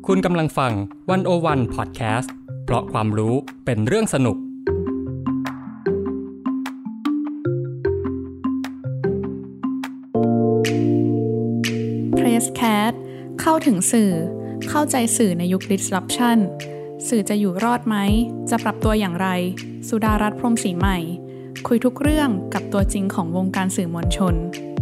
คุณกำลังฟัง101 Podcast เพราะความรู้เป็นเรื่องสนุก Presscast เข้าถึงสื่อเข้าใจสื่อในยุค Disruption สื่อจะอยู่รอดไหมจะปรับตัวอย่างไรสุดารัตน์ พรหมศรีใหม่คุยทุกเรื่องกับตัวจริงของวงการสื่อมวลชน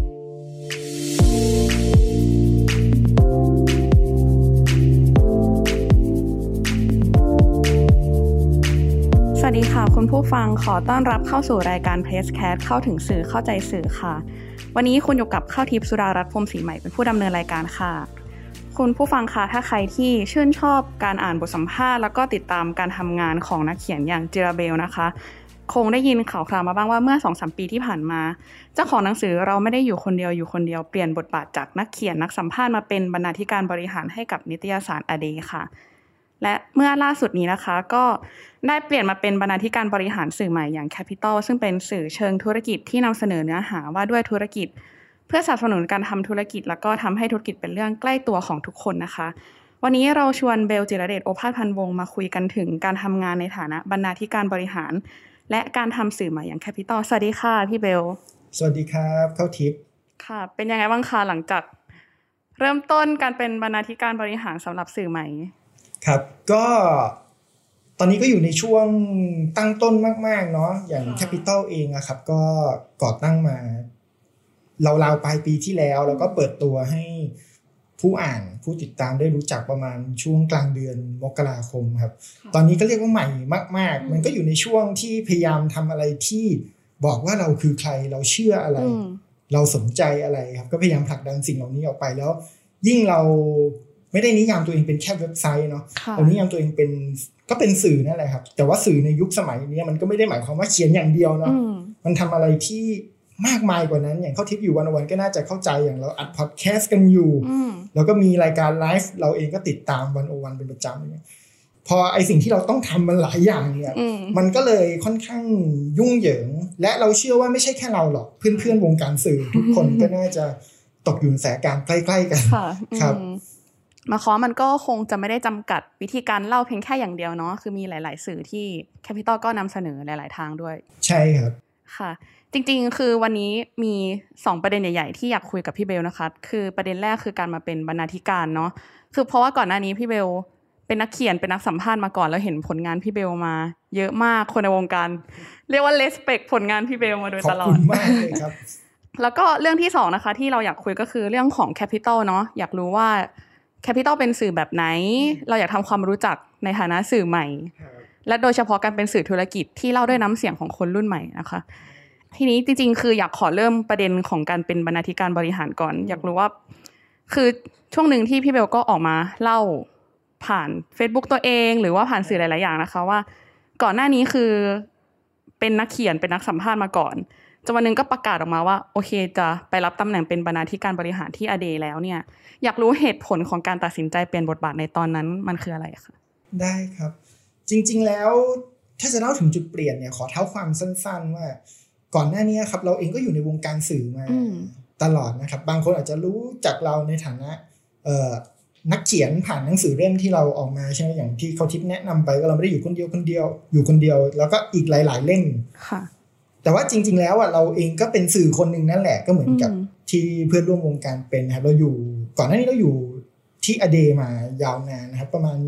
สวัสดีค่ะคุณผู้ฟังขอต้อนรับเข้าสู่รายการ Presscast เข้าถึงสื่อเข้าใจสื่อค่ะวันนี้คุณอยู่กับข้าวทิพย์สุดารัตน์ พรหมศรีใหม่เป็นผู้ดำเนินรายการค่ะคุณผู้ฟังคะถ้าใครที่ชื่นชอบการอ่านบทสัมภาษณ์แล้วก็ติดตามการทำงานของนักเขียนอย่างจิราเบลนะคะคงได้ยินข่าวคราวมาบ้างว่าเมื่อ 2-3 ปีที่ผ่านมาเจ้าของหนังสือเราไม่ได้อยู่คนเดียวเปลี่ยนบทบาทจากนักเขียนนักสัมภาษณ์มาเป็นบรรณาธิการบริหารให้กับนิตยสาร A Day ค่ะและเมื่อล่าสุดนี้นะคะก็ได้เปลี่ยนมาเป็นบรรณาธิการบริหารสื่อใหม่อย่าง Capital ซึ่งเป็นสื่อเชิงธุรกิจที่นำเสนอเนื้อหาว่าด้วยธุรกิจเพื่อสนับสนุนการทำธุรกิจแล้วก็ทำให้ธุรกิจเป็นเรื่องใกล้ตัวของทุกคนนะคะวันนี้เราชวนเบลจิรเดช โอภาสพันวงศ์มาคุยกันถึงการทำงานในฐานะบรรณาธิการบริหารและการทำสื่อใหม่อย่าง Capital สวัสดีค่ะพี่เบลสวัสดีครับข้าวทิพย์ค่ะเป็นยังไงบ้างคะหลังจากเริ่มต้นการเป็นบรรณาธิการบริหารสำหรับสื่อใหม่ครับก็ตอนนี้ก็อยู่ในช่วงตั้งต้นมากๆเนาะอย่าง Capital เองอะครับก็ก่อตั้งมาราวๆปลายปีที่แล้วก็เปิดตัวให้ผู้อ่านผู้ติดตามได้รู้จักประมาณช่วงกลางเดือนมกราคมครับตอนนี้ก็เรียกว่าใหม่มากๆมันก็อยู่ในช่วงที่พยายามทำอะไรที่บอกว่าเราคือใครเราเชื่ออะไรเราสนใจอะไรครับก็พยายามผลักดันสิ่งเหล่านี้ออกไปแล้วยิ่งเราไม่ได้นิยามตัวเองเป็นแค่เว็บไซต์เนาะเรานิยามตัวเองเป็นก็เป็นสื่อนั่นแหละครับแต่ว่าสื่อในยุคสมัยนี้มันก็ไม่ได้หมายความว่าเขียนอย่างเดียวเนาะมันทำอะไรที่มากมายกว่านั้นอย่างเข้าทิพย์อยู่วันๆก็น่าจะเข้าใจอย่างเราอัดพอดแคสต์กันอยู่แล้วก็มีรายการไลฟ์เราเองก็ติดตาม101เป็นประจำเนี่ยพอไอสิ่งที่เราต้องทำมันหลายอย่างเนี่ยมันก็เลยค่อนข้างยุ่งเหยิงและเราเชื่อว่าไม่ใช่แค่เราหรอกเพื่อนๆวงการสื่อทุกคนก็น่าจะตกอยู่ในสถานการณ์ใกล้ๆกันครับมาขอมันก็คงจะไม่ได้จำกัดวิธีการเล่าเพียงแค่อย่างเดียวเนาะคือมีหลายๆสื่อที่ Capital ก็นำเสนอหลายๆทางด้วยใช่ครับค่ะจริงๆคือวันนี้มี2ประเด็นใหญ่ๆที่อยากคุยกับพี่เบลนะคะคือประเด็นแรกคือการมาเป็นบรรณาธิการเนาะคือเพราะว่าก่อนหน้านี้พี่เบลเป็นนักเขียนเป็นนักสัมภาษณ์มาก่อนแล้วเห็นผลงานพี่เบลมาเยอะมากคนในวงการเรียกว่า respect ผลงานพี่เบลมาโดยตลอดขอบคุณมากเลยครับแล้วก็เรื่องที่2นะคะที่เราอยากคุยก็คือเรื่องของ Capital เนาะอยากรู้ว่า Capital เป็นสื่อแบบไหนเราอยากทำความรู้จักในฐานะสื่อใหม่และโดยเฉพาะการเป็นสื่อธุรกิจที่เล่าด้วยน้ำเสียงของคนรุ่นใหม่นะคะทีนี้จริงๆคืออยากขอเริ่มประเด็นของการเป็นบรรณาธิการบริหารก่อนอยากรู้ว่าคือช่วงนึงที่พี่เบลก็ออกมาเล่าผ่าน Facebook ตัวเองหรือว่าผ่านสื่อหลายๆอย่างนะคะว่าก่อนหน้านี้คือเป็นนักเขียนเป็นนักสัมภาษณ์มาก่อนจนวันนึงก็ประกาศออกมาว่าโอเคจะไปรับตำแหน่งเป็นบรรณาธิการบริหารที่ A Day แล้วเนี่ยอยากรู้เหตุผลของการตัดสินใจเปลี่ยนบทบาทในตอนนั้นมันคืออะไรคะได้ครับจริงๆแล้วถ้าจะเล่าถึงจุดเปลี่ยนเนี่ยขอเท้าความสั้นๆว่าก่อนหน้านี้ครับเราเองก็อยู่ในวงการสื่อมาตลอดนะครับบางคนอาจจะรู้จักเราในฐานะนักเขียนผ่านหนังสือเล่มที่เราออกมาใช่ไหมอย่างที่เขาทิพย์แนะนำไปก็เราไม่ได้อยู่คนเดียวอยู่คนเดียวแล้วก็อีกหลายๆเล่มค่ะแต่ว่าจริงๆแล้วอ่ะเราเองก็เป็นสื่อคนหนึ่งนั่นแหละก็เหมือนกับที่เพื่อนร่วมวงการเป็นครับเราอยู่ก่อนหน้านี้เราอยู่ที่ A Day มายาวนานนะครับประมาณ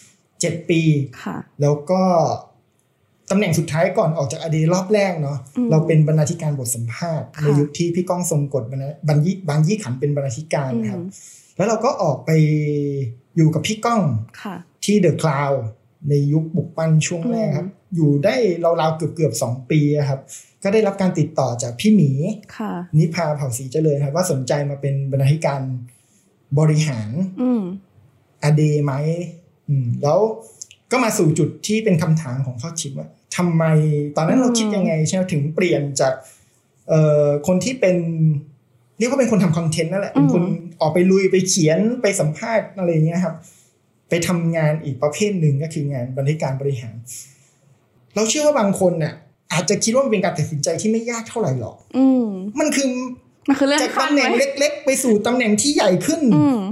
7 ปีแล้วก็ตำแหน่งสุดท้ายก่อนออกจาก A Day รอบแรกเนาะเราเป็นบรรณาธิการบทสัมภาษณ์ในยุคที่พี่ก้องทรงกฎบางยี่ขันเป็นบรรณาธิการครับแล้วเราก็ออกไปอยู่กับพี่ก้องที่เดอะคลาวด์ในยุคบุกปั้นช่วงแรกครับอยู่ได้ราวๆเกือบ2 ปีครับก็ได้รับการติดต่อจากพี่หมีนิพาเผ่าศรีเจริญครับว่าสนใจมาเป็นบรรณาธิการบริหารA Day ไหมแล้วก็มาสู่จุดที่เป็นคำถามของข้อคิดว่าทำไมตอนนั้นเราคิดยังไงใช่ไหมถึงเปลี่ยนจากคนที่เป็นเรียกว่าเป็นคนทำคอนเทนต์นั่นแหละเป็นคนออกไปลุยไปเขียนไปสัมภาษณ์อะไรเงี้ยครับไปทำงานอีกประเภทหนึ่งก็คืองานบรรณาธิการบริหารเราเชื่อว่าบางคนน่ะอาจจะคิดว่ามันเป็นการตัดสินใจที่ไม่ยากเท่าไหร่หรอกมันคือเรื่องจากตำแหน่งเล็กๆไปสู่ตำแหน่งที่ใหญ่ขึ้น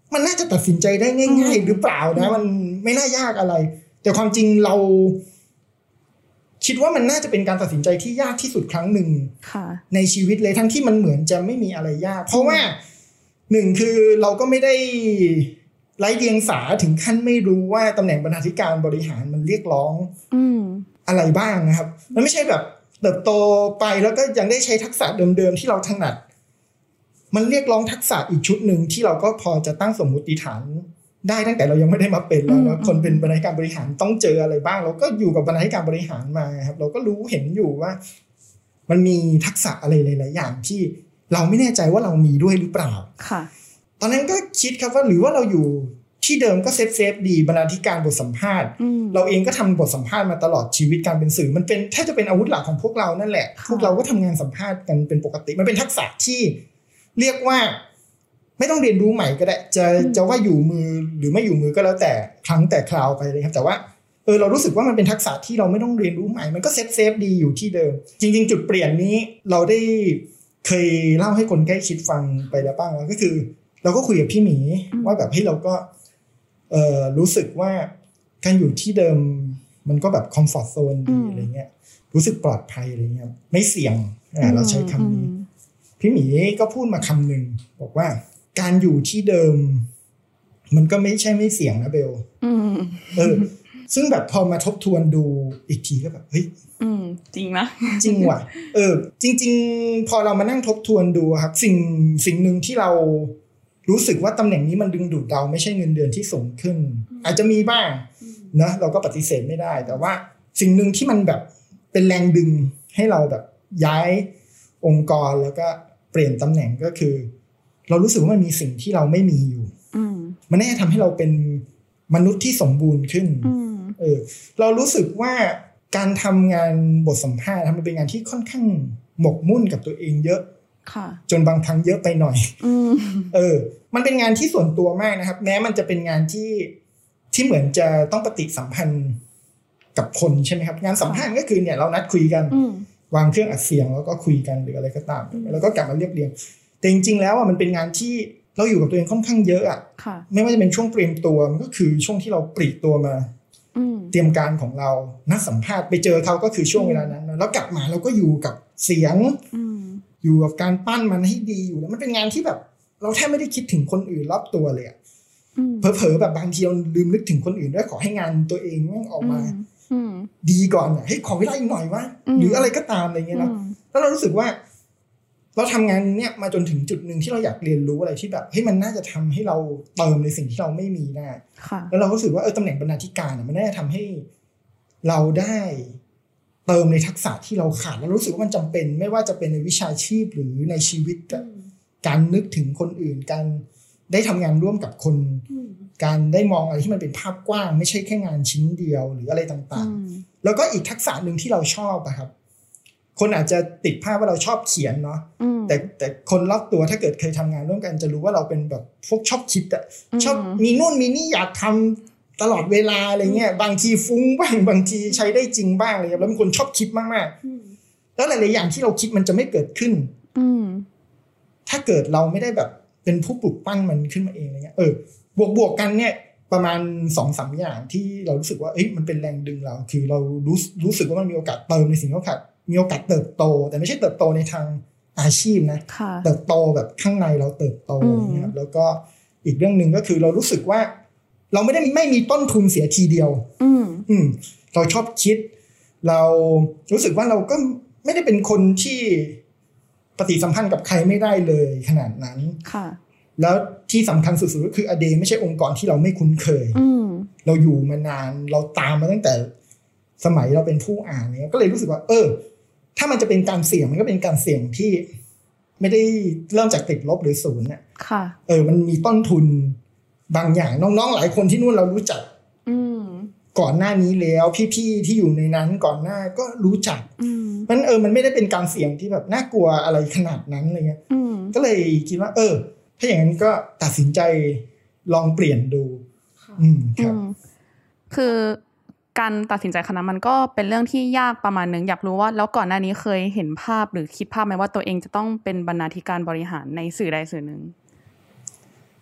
มันน่าจะตัดสินใจได้ง่ายๆหรือเปล่านะมันไม่น่ายากอะไรแต่ความจริงเราคิดว่ามันน่าจะเป็นการตัดสินใจที่ยากที่สุดครั้งหนึ่งในชีวิตเลยทั้งที่มันเหมือนจะไม่มีอะไรยากเพราะว่าหนึ่งคือเราก็ไม่ได้ไร้เดียงสาถึงขั้นไม่รู้ว่าตำแหน่งบรรณาธิการบริหารมันเรียกร้องอะไรบ้างนะครับมันไม่ใช่แบบเติบโตไปแล้วก็ยังได้ใช้ทักษะเดิมๆที่เราถนัดมันเรียกร้องทักษะอีกชุดหนึ่งที่เราก็พอจะตั้งสมมุติฐานได้ตั้งแต่เรายังไม่ได้มาเป็นแล้วนะคนเป็นบรรณาธิการบริหารต้องเจออะไรบ้างเราก็อยู่กับบรรณาธิการบริหารมาครับเราก็รู้เห็นอยู่ว่ามันมีทักษะอะไรหลายๆอย่างที่เราไม่แน่ใจว่าเรามีด้วยหรือเปล่าค่ะตอนนั้นก็คิดครับว่าหรือว่าเราอยู่ที่เดิมก็เซฟดีบรรณาธิการบทสัมภาษณ์เราเองก็ทำบทสัมภาษณ์มาตลอดชีวิตการเป็นสื่อมันเป็นแทบจะเป็นอาวุธหลักของพวกเรานั่นแหละพวกเราก็ทำงานสัมภาษณ์กันเป็นปกติมันเป็นทักษะที่เรียกว่าไม่ต้องเรียนรู้ใหม่ก็ได้จะว่าอยู่มือหรือไม่อยู่มือก็แล้วแต่ครั้งแต่คราวไปเลยครับแต่ว่าเรารู้สึกว่ามันเป็นทักษะที่เราไม่ต้องเรียนรู้ใหม่มันก็เซฟดีอยู่ที่เดิมจริงๆจุดเปลี่ยนนี้เราได้เคยเล่าให้คนใกล้ชิดฟังไปแล้วบ้างแล้วก็คือเราก็คุยกับพี่หมีว่าแบบให้เราก็รู้สึกว่าการอยู่ที่เดิมมันก็แบบคอมฟอร์ตโซนดีอะไรเงี้ยรู้สึกปลอดภัยอะไรเงี้ยไม่เสี่ยงเราใช้คำนี้พี่หมีก็พูดมาคำหนึ่งบอกว่าการอยู่ที่เดิมมันก็ไม่ใช่ไม่เสี่ยงนะเบลซึ่งแบบพอมาทบทวนดูอีกทีก็แบบเฮ้ยจริงนะจริงว่ะจริงๆพอเรามานั่งทบทวนดูครับสิ่งหนึ่งที่เรารู้สึกว่าตำแหน่งนี้มันดึงดูดเราไม่ใช่เงินเดือนที่สูงขึ้นอาจจะมีบ้างนะเราก็ปฏิเสธไม่ได้แต่ว่าสิ่งหนึ่งที่มันแบบเป็นแรงดึงให้เราแบบย้ายองค์กรแล้วก็เปลี่ยนตำแหน่งก็คือเรารู้สึกว่ามันมีสิ่งที่เราไม่มีอยู่มันน่าจะทำให้เราเป็นมนุษย์ที่สมบูรณ์ขึ้นเรารู้สึกว่าการทำงานบทสัมภาษณ์มันเป็นงานที่ค่อนข้างหมกมุ่นกับตัวเองเยอะจนบางครั้งเยอะไปหน่อยมันเป็นงานที่ส่วนตัวมากนะครับแม้มันจะเป็นงานที่เหมือนจะต้องปฏิสัมพันธ์กับคนใช่ไหมครับงานสัมภาษณ์ก็คือเนี่ยเรานัดคุยกันวางเครื่องอัดเสียงแล้วก็คุยกันหรืออะไรก็ตามแล้วก็กลับมาเรียบเรียงแต่จริงๆแล้วมันเป็นงานที่เราอยู่กับตัวเองค่อนข้างเยอะอ่ะไม่ว่าจะเป็นช่วงเตรียมตัวมันก็คือช่วงที่เราปลีกตัวมาเตรียมการของเรานัดสัมภาษณ์ไปเจอเขาก็คือช่วงเวลานั้นแล้วกลับมาเราก็อยู่กับเสียงอยู่กับการปั้นมันให้ดีอยู่แล้วมันเป็นงานที่แบบเราแทบไม่ได้คิดถึงคนอื่นรอบตัวเลยอ่ะเผลอๆแบบบางทีเราลืมนึกถึงคนอื่นด้วยขอให้งานตัวเองแม่งออกมาดีก่อนอ่ะให้ขอเวลาอีกหน่อยวะหรืออะไรก็ตามอะไรเงี้ยนะแล้วเรารู้สึกว่าเราทำงานเนี้ยมาจนถึงจุดนึงที่เราอยากเรียนรู้อะไรที่แบบเฮ้ยมันน่าจะทำให้เราเติมในสิ่งที่เราไม่มีได้แล้วเรารู้สึกว่าตำแหน่งบรรณาธิการมันน่าจะทำให้เราได้เติมในทักษะที่เราขาดแล้วรู้สึกว่ามันจำเป็นไม่ว่าจะเป็นในวิชาชีพหรือในชีวิตการนึกถึงคนอื่นการได้ทำงานร่วมกับคนการได้มองอะไรที่มันเป็นภาพกว้างไม่ใช่แค่งานชิ้นเดียวหรืออะไรต่างๆแล้วก็อีกทักษะหนึ่งที่เราชอบอะครับคนอาจจะติดภาพว่าเราชอบเขียนเนาะแต่คนรอบตัวถ้าเกิดเคยทำงานร่วมกันจะรู้ว่าเราเป็นแบบพวกชอบคิดอะชอบมีนู่นมีนี่อยากทำตลอดเวลาอะไรเงี้ยบางทีฟุ้งบ้างบางทีใช้ได้จริงบ้างอะไรแล้วเป็นคนชอบคิดมากๆแล้วหลายๆอย่างที่เราคิดมันจะไม่เกิดขึ้นถ้าเกิดเราไม่ได้แบบเป็นผู้ปลุกปั้นมันขึ้นมาเองอะไรเงี้ยบวกกันเนี่ยประมาณ 2-3 อย่างที่เรารู้สึกว่ามันเป็นแรงดึงเราคือเรารู้สึกว่ามันมีโอกาสเติมในสิ่งที่เราขาดมีโอกาสเติบโตแต่ไม่ใช่เติบโตในทางอาชีพนะเติบโตแบบข้างในเราเติบโตอย่างเงี้ยแล้วก็อีกเรื่องนึงก็คือเรารู้สึกว่าเราไม่มีต้นทุนเสียทีเดียวเราชอบคิดเรารู้สึกว่าเราก็ไม่ได้เป็นคนที่ปฏิสัมพันธ์กับใครไม่ได้เลยขนาดนั้นแล้วที่สำคัญสุดๆก็คืออเดไม่ใช่องค์กรที่เราไม่คุ้นเคยเราอยู่มานานเราตามมาตั้งแต่สมัยเราเป็นผู้อ่านเนี่ยก็เลยรู้สึกว่าถ้ามันจะเป็นการเสี่ยงมันก็เป็นการเสี่ยงที่ไม่ได้เริ่มจากติดลบหรือศูนย์เนี่ยมันมีต้นทุนบางอย่างน้องๆหลายคนที่นู่นเรารู้จักก่อนหน้านี้แล้วพี่ๆที่อยู่ในนั้นก่อนหน้าก็รู้จักมันไม่ได้เป็นการเสี่ยงที่แบบน่ากลัวอะไรขนาดนั้นอะไรเงี้ยก็เลยคิดว่าถ้าอย่างนั้นก็ตัดสินใจลองเปลี่ยนดูครับคือการตัดสินใจครั้งนั้นมันก็เป็นเรื่องที่ยากประมาณนึงอยากรู้ว่าแล้วก่อนหน้านี้เคยเห็นภาพหรือคิดภาพไหมว่าตัวเองจะต้องเป็นบรรณาธิการบริหารในสื่อใดสื่อหนึ่ง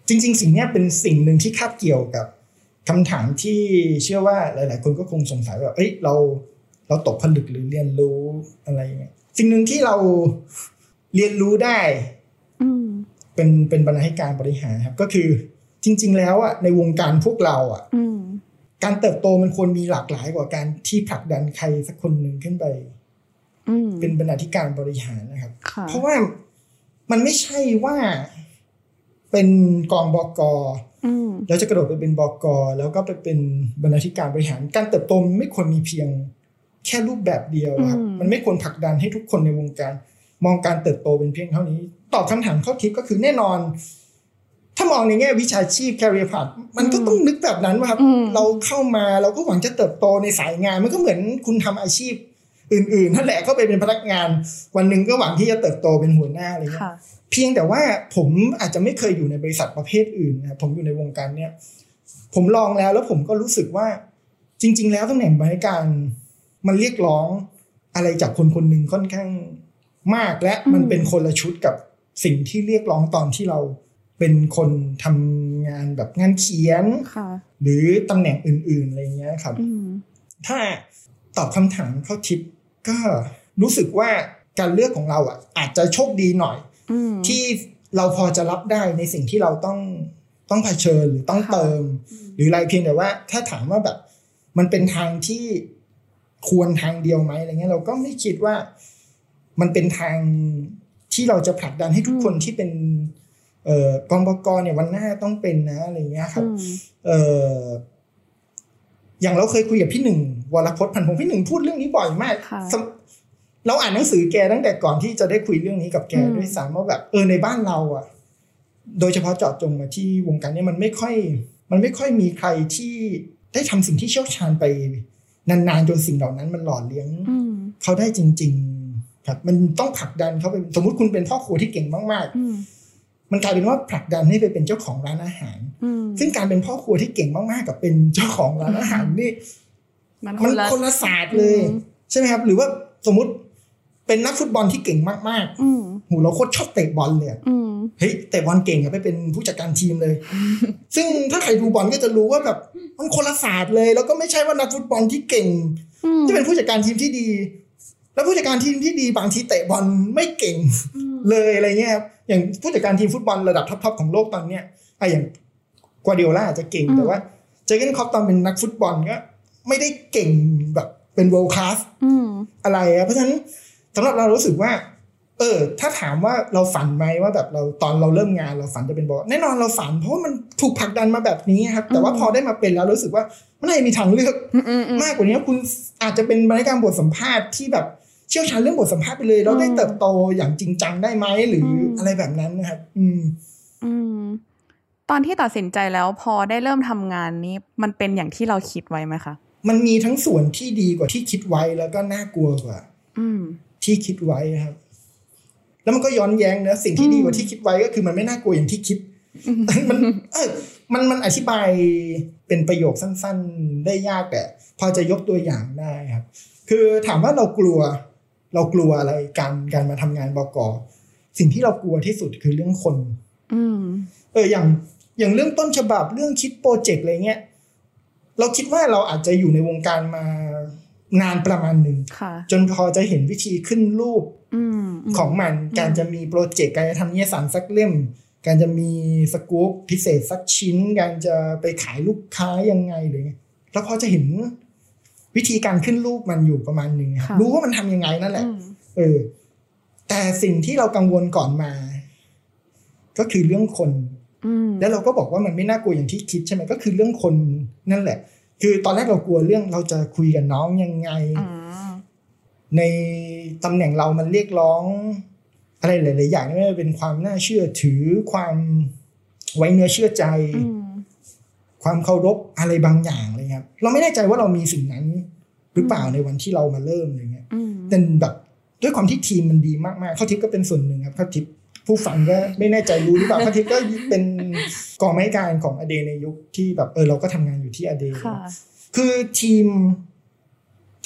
จริงๆสิ่งนี้เป็นสิ่งหนึ่งที่คาบเกี่ยวกับคำถามที่เชื่อว่าหลายๆคนก็คงสงสัยว่าเราตกผลึกหรือเรียนรู้อะไรเงี้ยสิ่งหนึ่งที่เราเรียนรู้ได้เป็นบรรณาธิการบริหารครับก็คือจริงๆแล้วอ่ะในวงการพวกเราอ่ะการเติบโตมันควรมีหลากหลายกว่าการที่ผลักดันใครสักคนหนึ่งขึ้นไปเป็นบรรณาธิการบริหารนะครับเพราะว่ามันไม่ใช่ว่าเป็นกองบก.แล้วจะกระโดดไปเป็นบก.แล้วก็ไปเป็นบรรณาธิการบริหารการเติบโตไม่ควรมีเพียงแค่รูปแบบเดียวครับมันไม่ควรผลักดันให้ทุกคนในวงการมองการเติบโตเป็นเพียงเท่านี้ตอบคำถามข้อคิดก็คือแน่นอนถ้ามองในแง่วิชาชีพ career path มันก็ต้องนึกแบบนั้นว่าครับเราเข้ามาเราก็หวังจะเติบโตในสายงานมันก็เหมือนคุณทำอาชีพอื่นๆนั่นแหละก็ไปเป็นพนักงานวันหนึ่งก็หวังที่จะเติบโตเป็นหัวหน้าอะไรเงี้ยเพียงแต่ว่าผมอาจจะไม่เคยอยู่ในบริษัทประเภทอื่นนะผมอยู่ในวงการเนี้ยผมลองแล้วผมก็รู้สึกว่าจริงๆแล้วตำแหน่งบรรณาธิการมันเรียกร้องอะไรจากคนคนหนึ่งค่อนข้างมากและมันเป็นคนละชุดกับสิ่งที่เรียกร้องตอนที่เราเป็นคนทำงานแบบงานเขียนหรือตำแหน่งอื่นๆอะไรเงี้ยครับถ้าตอบคำถามข้อทิปก็รู้สึกว่าการเลือกของเราอาจจะโชคดีหน่อยที่เราพอจะรับได้ในสิ่งที่เราต้องเผชิญหรือต้องเติมหรืออะไรเพียงแต่ว่าถ้าถามว่าแบบมันเป็นทางที่ควรทางเดียวไหมอะไรเงี้ยเราก็ไม่คิดว่ามันเป็นทางที่เราจะผลักดันให้ทุกคนที่เป็นกองบก.เนี่ยวันหน้าต้องเป็นนะอะไรเงี้ยครับอย่างเราเคยคุยกับพี่หนึ่งวรพจน์พันพงษ์พี่หนึ่งพูดเรื่องนี้บ่อยมากเราอ่านหนังสือแกตั้งแต่ก่อนที่จะได้คุยเรื่องนี้กับแกด้วยซ้ำว่าแบบในบ้านเราโดยเฉพาะเจาะจงมาที่วงการนี้มันไม่ค่อยมีใครที่ได้ทำสิ่งที่เชี่ยวชาญไปนานๆจนสิ่งเหล่านั้นมันหล่อเลี้ยงเขาได้จริงๆครับมันต้องผลักดันเขาไปสมมุติคุณเป็นพ่อครัวที่เก่งมากๆมันกลายเป็นว่าผลักดันให้ไปเป็นเจ้าของร้านอาหารซึ่งการเป็นพ่อครัวที่เก่งมากๆกับเป็นเจ้าของร้านอาหารนี่มันคนละศาสตร์เลยใช่ไหมครับหรือว่าสมมุติเป็นนักฟุตบอลที่เก่งมากๆเราโคตรชอบเตะบอลเลยเฮ้ยเตะบอลเก่งไปเป็นผู้จัดการทีมเลยซึ่งถ้าใครดูบอลก็จะรู้ว่าแบบมันคนละศาสตร์เลยแล้วก็ไม่ใช่ว่านักฟุตบอลที่เก่งจะเป็นผู้จัดการทีมที่ดีแล้วผู้จัดการทีมที่ดีบางทีเตะบอลไม่เก่งเลยอะไรเงี้ยครับอย่างผู้จัดการทีมฟุตบอลระดับท็อปๆของโลกตอนเนี้ยอย่างกัวร์ดิโอลาอาจจะเก่งแต่ว่าเจอร์เกนคล็อปตอนเป็นนักฟุตบอลก็ไม่ได้เก่งแบบเป็น world class อะไรเพราะฉะนั้นสำหรับเรารู้สึกว่าถ้าถามว่าเราฝันไหมว่าแบบเราตอนเราเริ่มงานเราฝันจะเป็นบอสแน่นอนเราฝันเพราะว่ามันถูกผลักดันมาแบบนี้ครับแต่ว่าพอได้มาเป็นแล้วรู้สึกว่ามันน่าจะมีทางเลือกมากกว่านี้คุณอาจจะเป็นบรรณาธิการบทสัมภาษณ์ที่แบบเชี่ยวชาญเรื่องบทสัมภาษณ์ไปเลยแล้วได้เติบโตอย่างจริงจังได้ไหมหรืออะไรแบบนั้นนะครับตอนที่ตัดสินใจแล้วพอได้เริ่มทำงานนี้มันเป็นอย่างที่เราคิดไว้ไหมคะมันมีทั้งส่วนที่ดีกว่าที่คิดไว้แล้วก็น่ากลัวกว่าที่คิดไว้ครับแล้วมันก็ย้อนแย้งนะสิ่งที่ดีกว่าที่คิดไว้ก็คือมันไม่น่ากลัวอย่างที่คิดมันอธิบายเป็นประโยคสั้นๆได้ยากแต่พอจะยกตัวอย่างได้ครับคือถามว่าเรากลัวอะไรการมาทำงานบก.สิ่งที่เรากลัวที่สุดคือเรื่องคนอย่างเรื่องต้นฉบับเรื่องคิดโปรเจกต์อะไรเงี้ยเราคิดว่าเราอาจจะอยู่ในวงการมานานประมาณหนึ่งจนพอจะเห็นวิธีขึ้นรูปของมันการจะมีโปรเจกต์การจะทำนิยายสารสักเล่มการจะมีสกู๊ปพิเศษสักชิ้นการจะไปขายลูกค้ายังไงหรือไงแล้วพอจะเห็นวิธีการขึ้นรูปมันอยู่ประมาณนึงรู้ว่ามันทำยังไงนั่นแหละแต่สิ่งที่เรากังวลก่อนมาก็คือเรื่องคนแล้วเราก็บอกว่ามันไม่น่ากลัวอย่างที่คิดใช่ไหมก็คือเรื่องคนนั่นแหละคือตอนแรกเรากลัวเรื่องเราจะคุยกับน้องยังไงในตำแหน่งเรามันเรียกร้องอะไรหลายๆอย่างไม่ว่าเป็นความน่าเชื่อถือความไว้เนื้อเชื่อใจความเคารพอะไรบางอย่างอะไรครับเราไม่แน่ใจว่าเรามีสิ่งนั้นหรือเปล่าในวันที่เรามาเริ่มอะไรเงี้ยแต่แบบด้วยความที่ทีมมันดีมากๆข้าวทิพย์ก็เป็นส่วนหนึ่งครับข้าวทิพย์ผู้ฟังก็ไม่แน่ใจรู้หรือเปล่าข้าวทิพย์ก็เป็นกองไม้การของอเดในยุคที่แบบเราก็ทำงานอยู่ที่อเดคือทีม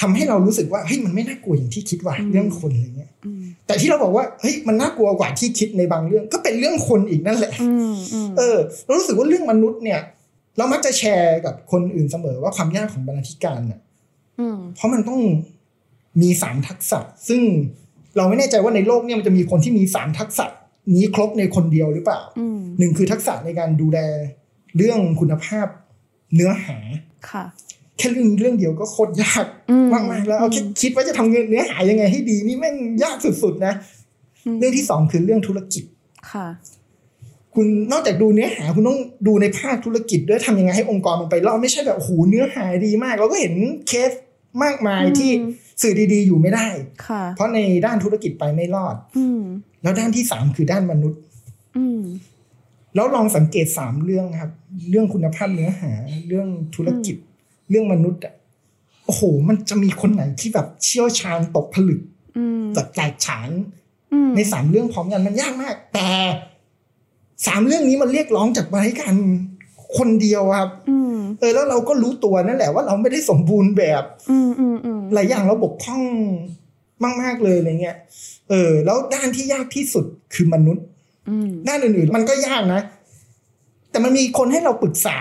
ทำให้เรารู้สึกว่าเฮ้ยมันไม่น่ากลัวอย่างที่คิดว่ะเรื่องคนอะไรเงี้ยแต่ที่เราบอกว่าเฮ้ยมันน่ากลัวกว่าที่คิดในบางเรื่องก็เป็นเรื่องคนอีกนั่นแหละเรารู้สึกว่าเรื่องมนุษย์เนี่ยเรามักจะแชร์กับคนอื่นเสมอว่าความยากของบรรณาธิการน่ะเพราะมันต้องมี3ทักษะซึ่งเราไม่แน่ใจว่าในโลกเนี่ยมันจะมีคนที่มี3ทักษะนี้ครบในคนเดียวหรือเปล่า1คือทักษะในการดูแลเรื่องคุณภาพเนื้อหาค่ะแค่เรื่องเดียวก็โคตรยากมากๆแล้วเอาแค่คิดว่าจะทำเนื้อหายังไงให้ดีนี่แม่งยากสุดๆนะเรื่องที่2คือเรื่องธุรกิจค่ะคุณนอกจากดูเนื้อหาคุณต้องดูในภาคธุรกิจด้วยทำยังไงให้องค์กรมันไปรอดไม่ใช่แบบโอ้โหเนื้อหาดีมากเราก็เห็นเคสมากมายที่สื่อดีๆอยู่ไม่ได้เพราะในด้านธุรกิจไปไม่รอดแล้วด้านที่3คือด้านมนุษย์แล้วลองสังเกต3เรื่องครับเรื่องคุณภาพเนื้อหาเรื่องธุรกิจเรื่องมนุษย์อ่ะโอ้โหมันจะมีคนไหนที่แบบเชี่ยวชาญตกผลึกแบบแตกฉานใน3เรื่องพร้อมกันมันยากมากแต่3เรื่องนี้มันเรียกร้องจากบริการคนเดียวครับแล้วเราก็รู้ตัวนั่นแหละว่าเราไม่ได้สมบูรณ์แบบหลายอย่างเราบกพร่องมากๆเลยอะไรเงี้ยแล้วด้านที่ยากที่สุดคือมนุษย์ด้านอื่นๆมันก็ยากนะแต่มันมีคนให้เราปรึกษา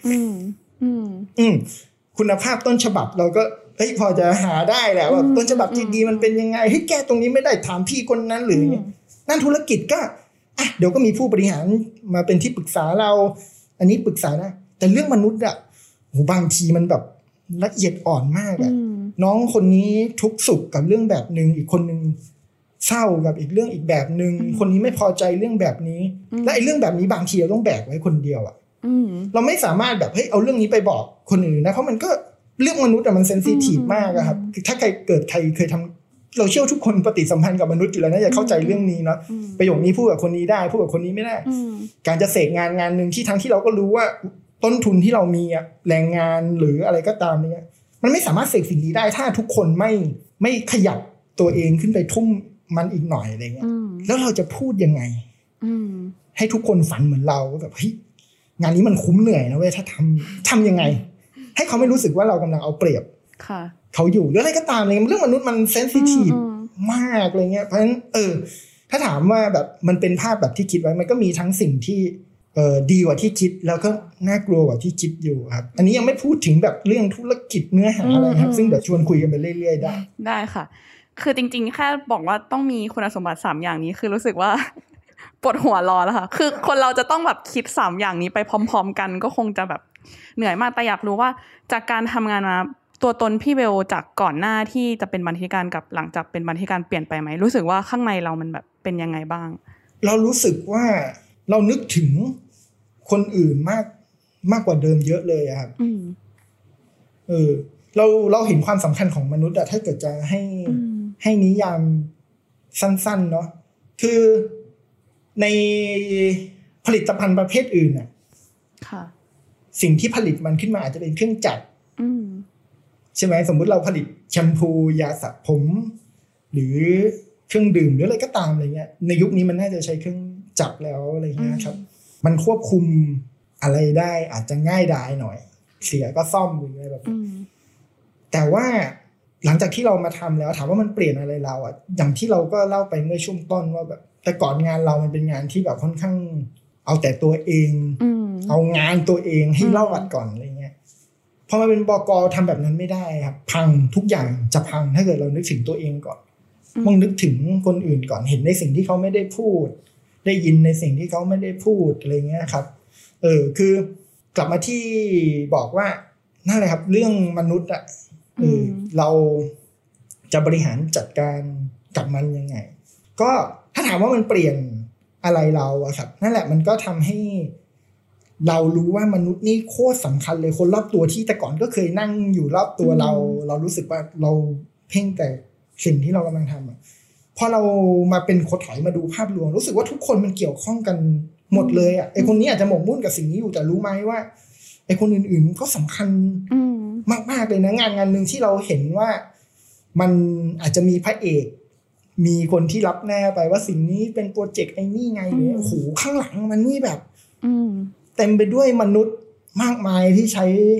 คุณภาพต้นฉบับเราก็พอจะหาได้แหละว่าต้นฉบับที่ดีมันเป็นยังไงแก้ตรงนี้ไม่ได้ถามพี่คนนั้นหรือด้านธุรกิจก็เดี๋ยวก็มีผู้บริหารมาเป็นที่ปรึกษาเราอันนี้ปรึกษานะแต่เรื่องมนุษย์อ่ะโหบางทีมันแบบละเอียดอ่อนมากอ่ะน้องคนนี้ทุกข์สุขกับเรื่องแบบนึงอีกคนนึงเศร้ากับอีกเรื่องอีกแบบนึงคนนี้ไม่พอใจเรื่องแบบนี้และไอ้เรื่องแบบนี้บางทีเราต้องแบกไว้คนเดียวอ่ะเราไม่สามารถแบบเอาเรื่องนี้ไปบอกคนอื่นนะเพราะมันก็เรื่องมนุษย์อะมันเซนซิทีฟมากอะครับถ้าใครเคยทำเราเชื่อทุกคนปฏิสัมพันธ์กับมนุษย์อยู่แล้วนะจะเข้าใจเรื่องนี้เนาะประโยคนี้พูดกับคนนี้ได้พูดกับคนนี้ไม่ได้การจะเสกงานนึงที่ทั้งที่เราก็รู้ว่าต้นทุนที่เรามีอะแรงงานหรืออะไรก็ตามเนี่ยมันไม่สามารถเสกสิ่งนี้ได้ถ้าทุกคนไม่ขยับตัวเองขึ้นไปทุ่มมันอีกหน่อยอะไรเงี้ยแล้วเราจะพูดยังไงให้ทุกคนฝันเหมือนเราแบบเฮ้ยงานนี้มันคุ้มเหนื่อยนะเว้ยถ้าทำยังไงให้เขาไม่รู้สึกว่าเรากำลังเอาเปรียบเขาอยู่หรืออะไรก็ตามเลยเรื่องมนุษย์มันเซนซิทีฟมากอะไรเงี้ยเพราะฉะนั้นถ้าถามว่าแบบมันเป็นภาพแบบที่คิดไว้มันก็มีทั้งสิ่งที่ดีกว่าที่คิดแล้วก็น่ากลัวกว่าที่คิดอยู่ครับอันนี้ยังไม่พูดถึงแบบเรื่องธุรกิจเนื้อหาอะไรครับซึ่งเดี๋ยวชวนคุยกันไปเรื่อยๆได้ค่ะคือจริงๆแค่บอกว่าต้องมีคุณสมบัติ3อย่างนี้คือรู้สึกว่าปวดหัวรอแล้วค่ะคือคนเราจะต้องแบบคิด3อย่างนี้ไปพร้อมๆกันก็คงจะแบบเหนื่อยมากแต่อยากรู้ว่าจากการทำงานมาตัวตนพี่เบลจากก่อนหน้าที่จะเป็นบรรณาธิการกับหลังจากเป็นบรรณาธิการเปลี่ยนไปไหมรู้สึกว่าข้างในเรามันแบบเป็นยังไงบ้างเรารู้สึกว่าเรานึกถึงคนอื่นมากกว่าเดิมเยอะเลยครับเราเห็นความสำคัญของมนุษย์อะถ้าเกิดจะให้นิยามสั้นๆเนาะคือในผลิตภัณฑ์ประเภทอื่นอะสิ่งที่ผลิตมันขึ้นมาอาจจะเป็นเครื่องจักรใช่ไหมสมมุติเราผลิตแชมพูยาสระผมหรือเครื่องดื่มหรืออะไรก็ตามอะไรเงี้ยในยุคนี้มันน่าจะใช้เครื่องจักรแล้วอะไรเงี้ยครับมันควบคุมอะไรได้อาจจะง่ายดายหน่อยเสียก็ซ่อมหรืออะไรแบบแต่ว่าหลังจากที่เรามาทำแล้วถามว่ามันเปลี่ยนอะไรเราอ่ะอย่างที่เราก็เล่าไปเมื่อช่วงต้นว่าแบบแต่ก่อนงานเรามันเป็นงานที่แบบค่อนข้างเอาแต่ตัวเองเอางานตัวเองให้รอดก่อนอะไรเงี้ยพอมาเป็นบก.ทำแบบนั้นไม่ได้ครับพังทุกอย่างจะพังถ้าเกิดเรานึกถึงตัวเองก่อนมองนึกถึงคนอื่นก่อนเห็นในสิ่งที่เขาไม่ได้พูดได้ยินในสิ่งที่เขาไม่ได้พูดอะไรเงี้ยครับคือกลับมาที่บอกว่านั่นแหละครับเรื่องมนุษย์อ่ะเราจะบริหารจัดการกับมันยังไงก็ถ้าถามว่ามันเปลี่ยนอะไรเราอะครับนั่นแหละมันก็ทำให้เรารู้ว่ามนุษย์นี่โคตรสำคัญเลยคนรอบตัวที่แต่ก่อนก็เคยนั่งอยู่รอบตัวเรารู้สึกว่าเราเพ่งแต่สิ่งที่เรากำลังทำอะพอเรามาเป็นคนถอยมาดูภาพรวมรู้สึกว่าทุกคนมันเกี่ยวข้องกันหมดเลยอะไอคนนี้อาจจะหมกมุ่นกับสิ่งนี้อยู่แต่รู้ไหมว่าไอคนอื่นๆก็สำคัญมากๆเลยนะงานนึงที่เราเห็นว่ามันอาจจะมีพระเอกมีคนที่รับแน่ไปว่าสิ่งนี้เป็นโปรเจกต์ไอ้นี่ไงเนี่ยโอ้โหข้างหลังมันนี่แบบเต็มไปด้วยมนุษย์มากมายที่ใช้พ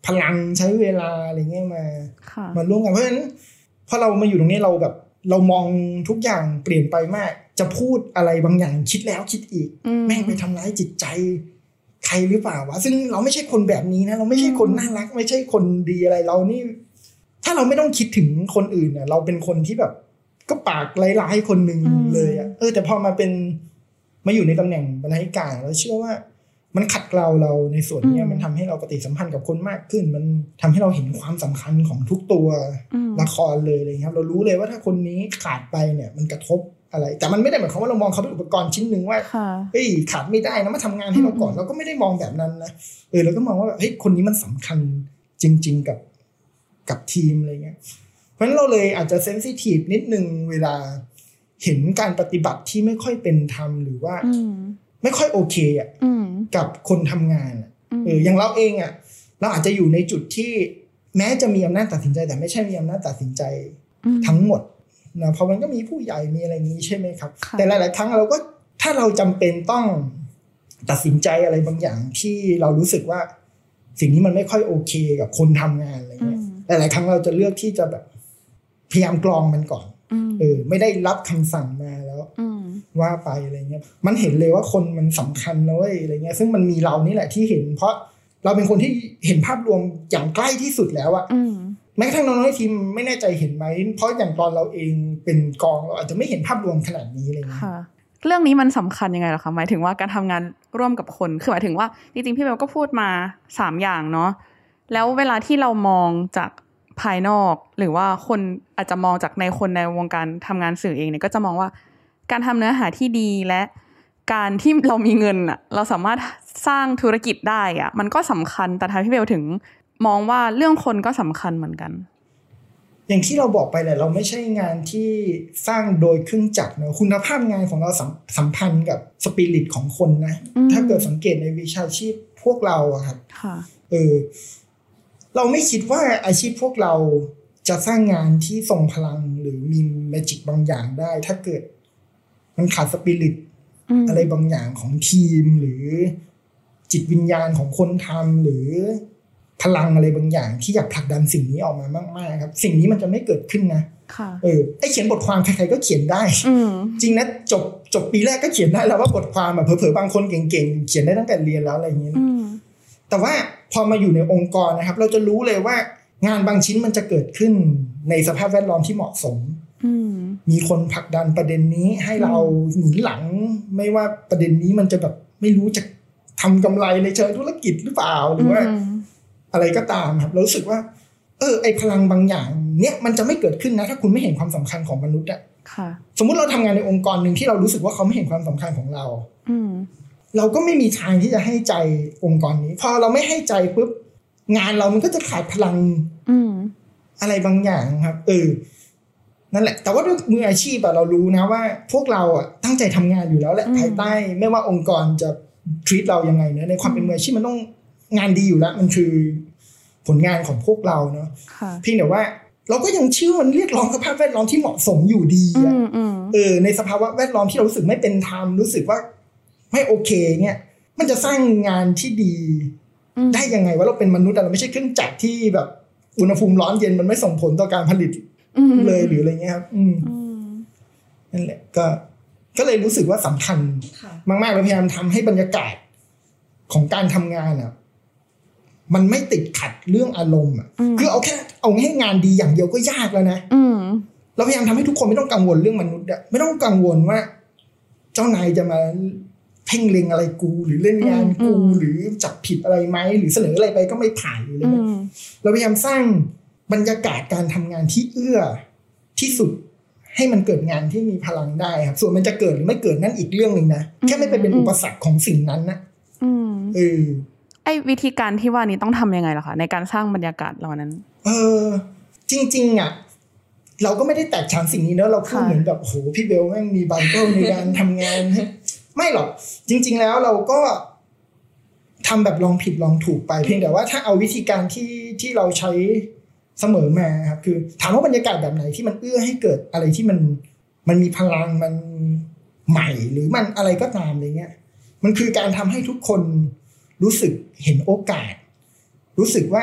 พลังใช้เวลาอะไรเงี้ยมาร่วมกันเพราะฉะนั้นพอเรามาอยู่ตรงนี้เราแบบเรามองทุกอย่างเปลี่ยนไปมากจะพูดอะไรบางอย่างคิดแล้วคิดอีกแม่งไปทำร้ายจิตใจใครหรือเปล่าวะซึ่งเราไม่ใช่คนแบบนี้นะเราไม่ใช่คนน่ารักไม่ใช่คนดีอะไรเรานี่ถ้าเราไม่ต้องคิดถึงคนอื่นเนี่ยเราเป็นคนที่แบบก็ปากร้ายๆคนนึงเลยอ่ะแต่พอมาอยู่ในตำแหน่งบรรณาธิการเราเชื่อว่ามันขัดเกลาเราในส่วนนี้มันทำให้เราปฏิสัมพันธ์กับคนมากขึ้นมันทำให้เราเห็นความสำคัญของทุกตัวละครเลยเลยครับเรารู้เลยว่าถ้าคนนี้ขาดไปเนี่ยมันกระทบอะไรแต่มันไม่ได้หมายความว่าเรามองเขาเป็นอุปกรณ์ชิ้นหนึ่งว่าเฮ้ยขาดไม่ได้นะมาทำงานให้เราก่อนเราก็ไม่ได้มองแบบนั้นนะเราก็มองว่าเฮ้ยคนนี้มันสำคัญจริงๆกับทีมอะไรเงี้ยเพราะฉะนั้นเราเลยอาจจะเซนซิทีฟนิดนึงเวลาเห็นการปฏิบัติที่ไม่ค่อยเป็นธรรมหรือว่าไม่ค่อยโอเคอ่ะกับคนทำงานอย่างเราเองอ่ะเราอาจจะอยู่ในจุดที่แม้จะมีอำนาจตัดสินใจแต่ไม่ใช่มีอำนาจตัดสินใจทั้งหมดนะเพราะมันก็มีผู้ใหญ่มีอะไรนี้ใช่ไหมครับแต่หลายๆครั้งเราก็ถ้าเราจำเป็นต้องตัดสินใจอะไรบางอย่างที่เรารู้สึกว่าสิ่งนี้มันไม่ค่อยโอเคกับคนทำงานอะไรเงี้ยหลายๆครั้งเราจะเลือกที่จะแบบพยายามกรองมันก่อนไม่ได้รับคำสั่งมาแล้วว่าไปอะไรเงี้ยมันเห็นเลยว่าคนมันสำคัญนะเว้ยอะไรเงี้ยซึ่งมันมีเรานี่แหละที่เห็นเพราะเราเป็นคนที่เห็นภาพรวมอย่างใกล้ที่สุดแล้วอะแม้กระทั่งน้องๆทีมไม่แน่ใจเห็นไหมเพราะอย่างตอนเราเองเป็นกองเราอาจจะไม่เห็นภาพรวมขนาดนี้เลยนะเรื่องนี้มันสำคัญยังไงล่ะคะหมายถึงว่าการทำงานร่วมกับคนคือหมายถึงว่าจริงๆพี่เบลก็พูดมา3อย่างเนาะแล้วเวลาที่เรามองจากภายนอกหรือว่าคนอาจจะมองจากในคนในวงการทำงานสื่อเองเนี่ยก็จะมองว่าการทำเนื้อหาที่ดีและการที่เรามีเงินอ่ะเราสามารถสร้างธุรกิจได้อ่ะมันก็สำคัญแต่ทางพี่เบลถึงมองว่าเรื่องคนก็สำคัญเหมือนกันอย่างที่เราบอกไปแหละเราไม่ใช่งานที่สร้างโดยเครื่องจักรเนอะคุณภาพงานของเราสัมพันธ์กับสปิริตของคนนะถ้าเกิดสังเกตในวิชาชีพพวกเราอะครับเราไม่คิดว่าอาชีพพวกเราจะสร้างงานที่ทรงพลังหรือมีแมจิกบางอย่างได้ถ้าเกิดมันขาดสปิริตอะไรบางอย่างของทีมหรือจิตวิญญาณของคนทำหรือพลังอะไรบางอย่างที่อยากผลักดันสิ่งนี้ออกมามากๆครับสิ่งนี้มันจะไม่เกิดขึ้นนะไอ้เขียนบทความใครๆก็เขียนได้จริงนะจบปีแรกก็เขียนได้แล้วว่าบทความเผลอๆบางคนเก่งๆเขียนได้ตั้งแต่เรียนแล้วอะไรอย่างนี้แต่ว่าพอมาอยู่ในองค์กรนะครับเราจะรู้เลยว่างานบางชิ้นมันจะเกิดขึ้นในสภาพแวดล้อมที่เหมาะสมมีคนผลักดันประเด็นนี้ให้เราหนุนหลังไม่ว่าประเด็นนี้มันจะแบบไม่รู้จะทำกำไรในเชิงธุรกิจหรือเปล่าหรือว่าอะไรก็ตามครับเรารู้สึกว่าไอ้พลังบางอย่างเนี่ยมันจะไม่เกิดขึ้นนะถ้าคุณไม่เห็นความสำคัญของมนุษย์อะสมมุติเราทำงานในองค์กรหนึ่งที่เรารู้สึกว่าเขาไม่เห็นความสำคัญของเราเราก็ไม่มีทางที่จะให้ใจองค์กรนี้พอเราไม่ให้ใจปุ๊บงานเรามันก็จะขาดพลังอะไรบางอย่างครับนั่นแหละแต่ว่าด้วยมืออาชีพเรารู้นะว่าพวกเราตั้งใจทำงานอยู่แล้วแหละภายใต้ไม่ว่าองค์กรจะ treat เรายังไงเนอะในความเป็นมืออาชีพมันต้องงานดีอยู่แล้วมันคือผลงานของพวกเราเนาะเพียงแต่ว่าเราก็ยังเชื่อมันเรียกร้องสภาพแวดล้อมที่เหมาะสมอยู่ดีในสภาวะแวดล้อมที่เรารู้สึกไม่เป็นธรรมรู้สึกว่าไม่โอเคเนี่ยมันจะสร้างงานที่ดีได้ยังไงว่าเราเป็นมนุษย์เราไม่ใช่เครื่องจักรที่แบบอุณหภูมิร้อนเย็นมันไม่ส่งผลต่อการผลิตเลยหรืออะไรเงี้ยครับนั่นแหละก็เลยรู้สึกว่าสำคัญมากๆเราพยายามทำให้บรรยากาศของการทำงานมันไม่ติดขัดเรื่องอารมณ์คือเอาให้งานดีอย่างเดียวก็ยากแล้วนะเราพยายามทำให้ทุกคนไม่ต้องกังวลเรื่องมนุษย์ไม่ต้องกังวลว่าเจ้านายจะมาเพ่งเล็งอะไรกูหรือเล่นงานกูหรือจับผิดอะไรไหมหรือเสนออะไรไปก็ไม่ผ่านหรืออะไรเงี้ยเราพยายามสร้างบรรยากาศการทำงานที่เอื้อที่สุดให้มันเกิดงานที่มีพลังได้ครับส่วนมันจะเกิดหรือไม่เกิดนั่นอีกเรื่องนึงนะแค่ไม่ไปเป็นอุปสรรคของสิ่งนั้นนะไอ้วิธีการที่ว่านี้ต้องทำยังไงล่ะคะในการสร้างบรรยากาศเหล่านั้นจริงๆเราก็ไม่ได้แตกฉานสิ่งนี้เนอะเราพูดเหมือนแบบโหพี่เบลแม่งมีไบเบิลในการทำงานไม่หรอกจริงๆแล้วเราก็ทำแบบลองผิดลองถูกไปเพียงแต่ว่าถ้าเอาวิธีการที่เราใช้เสมอมาครับคือถามว่าบรรยากาศแบบไหนที่มันเอื้อให้เกิดอะไรที่มันมีพลังมันใหม่หรือมันอะไรก็ตามอะไรเงี้ยมันคือการทำให้ทุกคนรู้สึกเห็นโอกาสรู้สึกว่า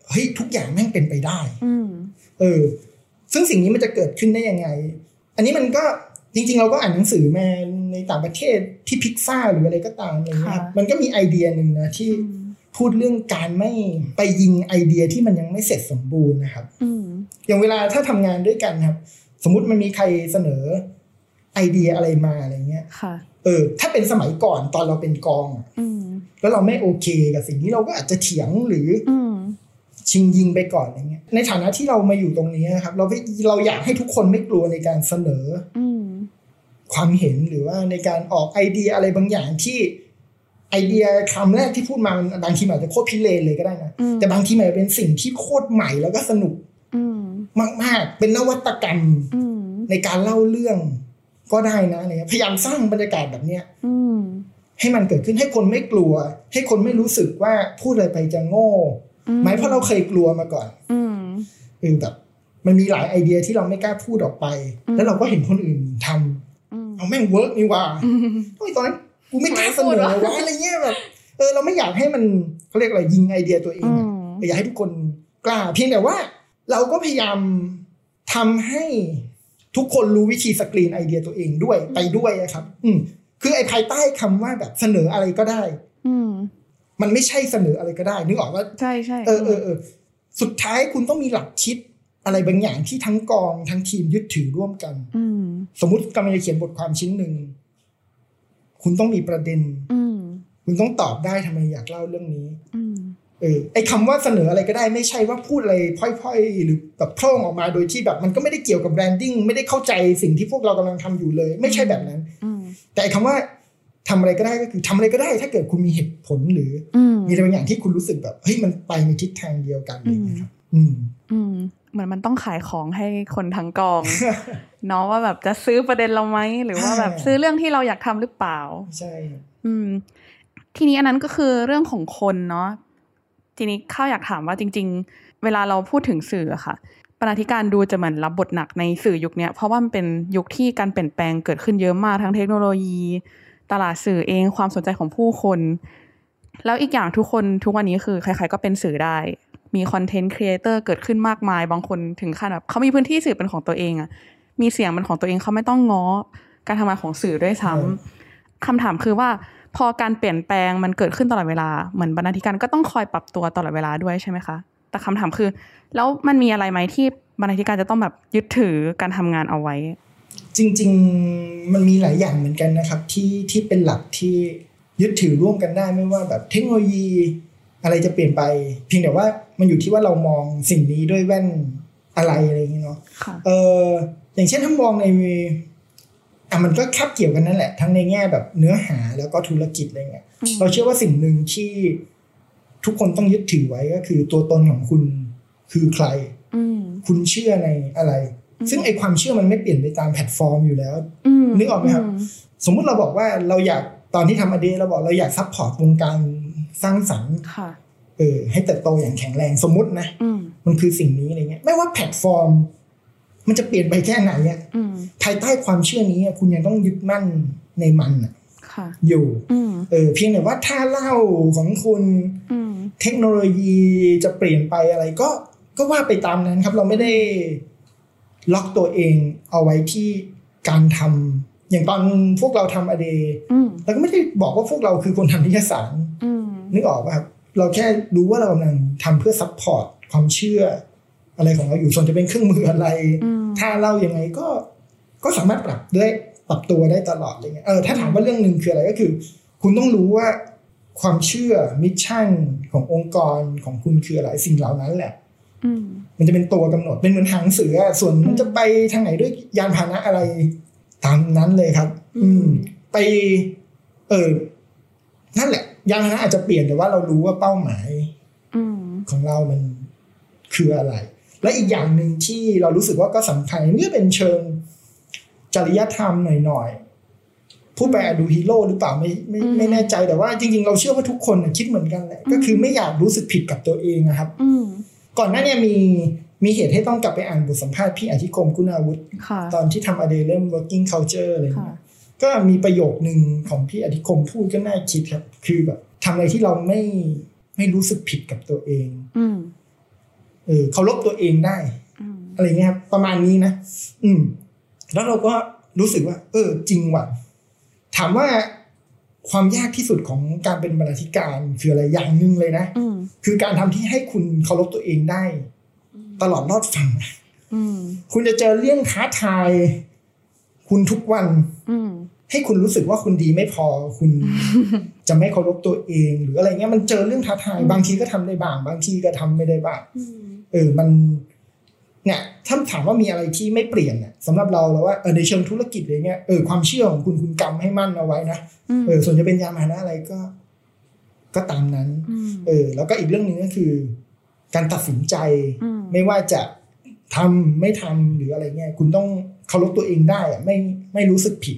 เฮ้ยทุกอย่างแม่งเป็นไปได้ซึ่งสิ่งนี้มันจะเกิดขึ้นได้ยังไงอันนี้มันก็จริงๆเราก็อ่านหนังสือมาในต่างประเทศที่พิกซ่าหรืออะไรก็ตามอะไรเงี้ยมันก็มีไอเดียนึงนะที่พูดเรื่องการไม่ไปยิงไอเดียที่มันยังไม่เสร็จสมบูรณ์นะครับอย่างเวลาถ้าทำงานด้วยกันครับสมมุติมันมีใครเสนอไอเดียอะไรมาอะไรเงี้ยถ้าเป็นสมัยก่อนตอนเราเป็นกองแล้วเราไม่โอเคกับสิ่งนี้เราก็อาจจะเถียงหรือชิงยิงไปก่อนอะไรเงี้ยในฐานะที่เรามาอยู่ตรงนี้นะครับเราอยากให้ทุกคนไม่กลัวในการเสนอความเห็นหรือว่าในการออกไอเดียอะไรบางอย่างที่ไอเดียคำแรกที่พูดมามันบางทีอาจจะโคตรพิเรนเลยก็ได้นะแต่บางทีมันเป็นสิ่งที่โคตรใหม่แล้วก็สนุกมากๆเป็นนวัตกรรมในการเล่าเรื่องก็ได้นะเนี่ยพยายามสร้างบรรยากาศแบบเนี้ยให้มันเกิดขึ้นให้คนไม่กลัวให้คนไม่รู้สึกว่าพูดอะไรไปจะโง่ไหมเพราะเราเคยกลัวมาก่อนแบบมันมีหลายไอเดียที่เราไม่กล้าพูดออกไปแล้วเราก็เห็นคนอื่นทำเอาแม่งเวิร์กนี่ว่าตอนนั้นกูไม่กล้าเสนอว่าอะไรเงี้ยแบบเราไม่อยากให้มันเขาเรียกอะไรยิงไอเดียตัวเองอยากให้ทุกคนกล้าเพียงแต่ว่าเราก็พยายามทำให้ทุกคนรู้วิธีสกรีนไอเดียตัวเองด้วยไปด้วยครับคือไอ้ภายใต้คำว่าแบบเสนออะไรก็ได้มันไม่ใช่เสนออะไรก็ได้นึกออกว่าใช่ใช่สุดท้ายคุณต้องมีหลักคิดอะไรบางอย่างที่ทั้งกองทั้งทีมยึดถือร่วมกันสมมุติกำลังจะเขียนบทความชิ้นหนึ่งคุณต้องมีประเด็นคุณต้องตอบได้ทำไมอยากเล่าเรื่องนี้ไอ้คำว่าเสนออะไรก็ได้ไม่ใช่ว่าพูดอะไรพ่อยๆหรือแบบโพร่งออกมาโดยที่แบบมันก็ไม่ได้เกี่ยวกับแบรนดิ้งไม่ได้เข้าใจสิ่งที่พวกเรากำลังทำอยู่เลยไม่ใช่แบบนั้นแต่คำว่าทำอะไรก็ได้ก็คือทำอะไรก็ได้ถ้าเกิดคุณมีเหตุผลหรือมีอะไรบางอย่างที่คุณรู้สึกแบบเฮ้ยมันไปในทิศทางเดียวกันเลยนะครับเหมือนมันต้องขายของให้คนทั้งกอง เนาะว่าแบบจะซื้อประเด็นเราไหมหรือว่าแบบซื้อเรื่องที่เราอยากทำหรือเปล่าใช่ทีนี้อันนั้นก็คือเรื่องของคนเนาะทีนี้ข้าวอยากถามว่าจริงๆเวลาเราพูดถึงสื่อค่ะบรรณาธิการดูจะเหมือนรับบทหนักในสื่อยุคนี้เพราะว่ามันเป็นยุคที่การเปลี่ยนแปลงเกิดขึ้นเยอะมากทั้งเทคโนโลยีตลาดสื่อเองความสนใจของผู้คนแล้วอีกอย่างทุกคนทุกวันนี้คือใครๆก็เป็นสื่อได้มีคอนเทนต์ครีเอเตอร์เกิดขึ้นมากมายบางคนถึงขั้นแบบเขามีพื้นที่สื่อเป็นของตัวเองอ่ะมีเสียงเป็นของตัวเองเขาไม่ต้องง้อการทำงานของสื่อด้วยซ้ำคำถามคือว่าพอการเปลี่ยนแปลงมันเกิดขึ้นตลอดเวลาเหมือนบรรณาธิการก็ต้องคอยปรับตัวตลอดเวลาด้วยใช่ไหมคะแต่คำถามคือแล้วมันมีอะไรไหมที่บรรณาธิการจะต้องแบบยึดถือการทำงานเอาไว้จริงๆมันมีหลายอย่างเหมือนกันนะครับที่เป็นหลักที่ยึดถือร่วมกันได้ไม่ว่าแบบเทคโนโลยีอะไรจะเปลี่ยนไปเพียงแต่ว่ามันอยู่ที่ว่าเรามองสิ่งนี้ด้วยแว่นอะไรอะไรอย่างเงี้ยเนาะอย่างเช่นถ้ามองในมันก็คาบเกี่ยวกันนั่นแหละทั้งในแง่แบบเนื้อหาแล้วก็ธุรกิจอะไรเงี้ยเราเชื่อว่าสิ่งหนึ่งที่ทุกคนต้องยึดถือไว้ก็คือตัวตนของคุณคือใครคุณเชื่อในอะไรซึ่งไอความเชื่อมันไม่เปลี่ยนไปตามแพลตฟอร์มอยู่แล้วนึกออกไหมครับสมมุติเราบอกว่าเราอยากตอนที่ทำอเดเราบอกเราอยากซัพพอร์ตวงการสร้างสรรค์ให้เติบโตอย่างแข็งแรงสมมุตินะมันคือสิ่งนี้อะไรเงี้ยไม่ว่าแพลตฟอร์มมันจะเปลี่ยนไปแค่ไหนเนี่ยภายใต้ความเชื่อนี้คุณยังต้องยึดมั่นในมันอยู่เพียงแต่ว่าถ้าเล่าของคุณเทคโนโลยีจะเปลี่ยนไปอะไรก็ว่าไปตามนั้นครับเราไม่ได้ล็อกตัวเองเอาไว้ที่การทำอย่างตอนพวกเราทำอเดเราก็ไม่ได้บอกว่าพวกเราคือคนทำนิตยสารนึกออกป่ะครับเราแค่รู้ว่าเรากำลังทำเพื่อซัพพอร์ตความเชื่ออะไรของเราอยู่ส่วนจะเป็นเครื่องมืออะไรถ้าเล่ายังไงก็สามารถปรับตัวได้ตลอดอะไรเงี้ยถ้าถามว่าเรื่องนึงคืออะไรก็คือคุณต้องรู้ว่าความเชื่อมิชชั่นขององค์กรของคุณคืออะไรสิ่งเหล่านั้นแหละมันจะเป็นตัวกำหนดเป็นเหมือนหางเสือส่วนมันจะไปทางไหนด้วยยานพาหนะอะไรตามนั้นเลยครับไปนั่นแหละยานพาหนะอาจจะเปลี่ยนแต่ว่าเรารู้ว่าเป้าหมายของเรามันคืออะไรและอีกอย่างหนึ่งที่เรารู้สึกว่าก็สำคัญนี่เป็นเชิงจริยธรรมหน่อยๆพูดไปดูฮีโร่หรือเปล่าไม่แน่ใจแต่ว่าจริงๆเราเชื่อว่าทุกคนคิดเหมือนกันแหละก็คือไม่อยากรู้สึกผิดกับตัวเองนะครับก่อนหน้านี้มีเหตุให้ต้องกลับไปอ่านบทสัมภาษณ์พี่อธิคมคุณาวุฒิตอนที่ทำอเดเริ่ม working culture อะไรอย่างเงี้ยก็มีประโยคนึงของพี่อธิคมพูดก็น่าคิดครับคือแบบทำอะไรที่เราไม่รู้สึกผิดกับตัวเองเคารพตัวเองได้อะไรเงี้ยครับประมาณนี้นะแล้วเราก็รู้สึกว่าจริงว่ะถามว่าความยากที่สุดของการเป็นบรรณาธิการคืออะไรอย่างนึงเลยนะคือการทำที่ให้คุณเคารพตัวเองได้ตลอดรอดฝั่งคุณจะเจอเรื่องท้าทายคุณทุกวันให้คุณรู้สึกว่าคุณดีไม่พอคุณ จะไม่เคารพตัวเองหรืออะไรเงี้ยมันเจอเรื่องท้าทายบางทีก็ทำได้บ้างบางทีก็ทำไม่ได้บ้างมันเนี่ยถ้าถามว่ามีอะไรที่ไม่เปลี่ยนเนี่ยสำหรับเราว่าในเชิงธุรกิจอะไรเงี้ยความเชื่อของคุณกำให้มั่นเอาไว้นะส่วนจะเป็นยานพาหนะอะไรก็ตามนั้นแล้วก็อีกเรื่องนึงก็คือการตัดสินใจไม่ว่าจะทำไม่ทำหรืออะไรเงี้ยคุณต้องเคารพตัวเองได้อะไม่รู้สึกผิด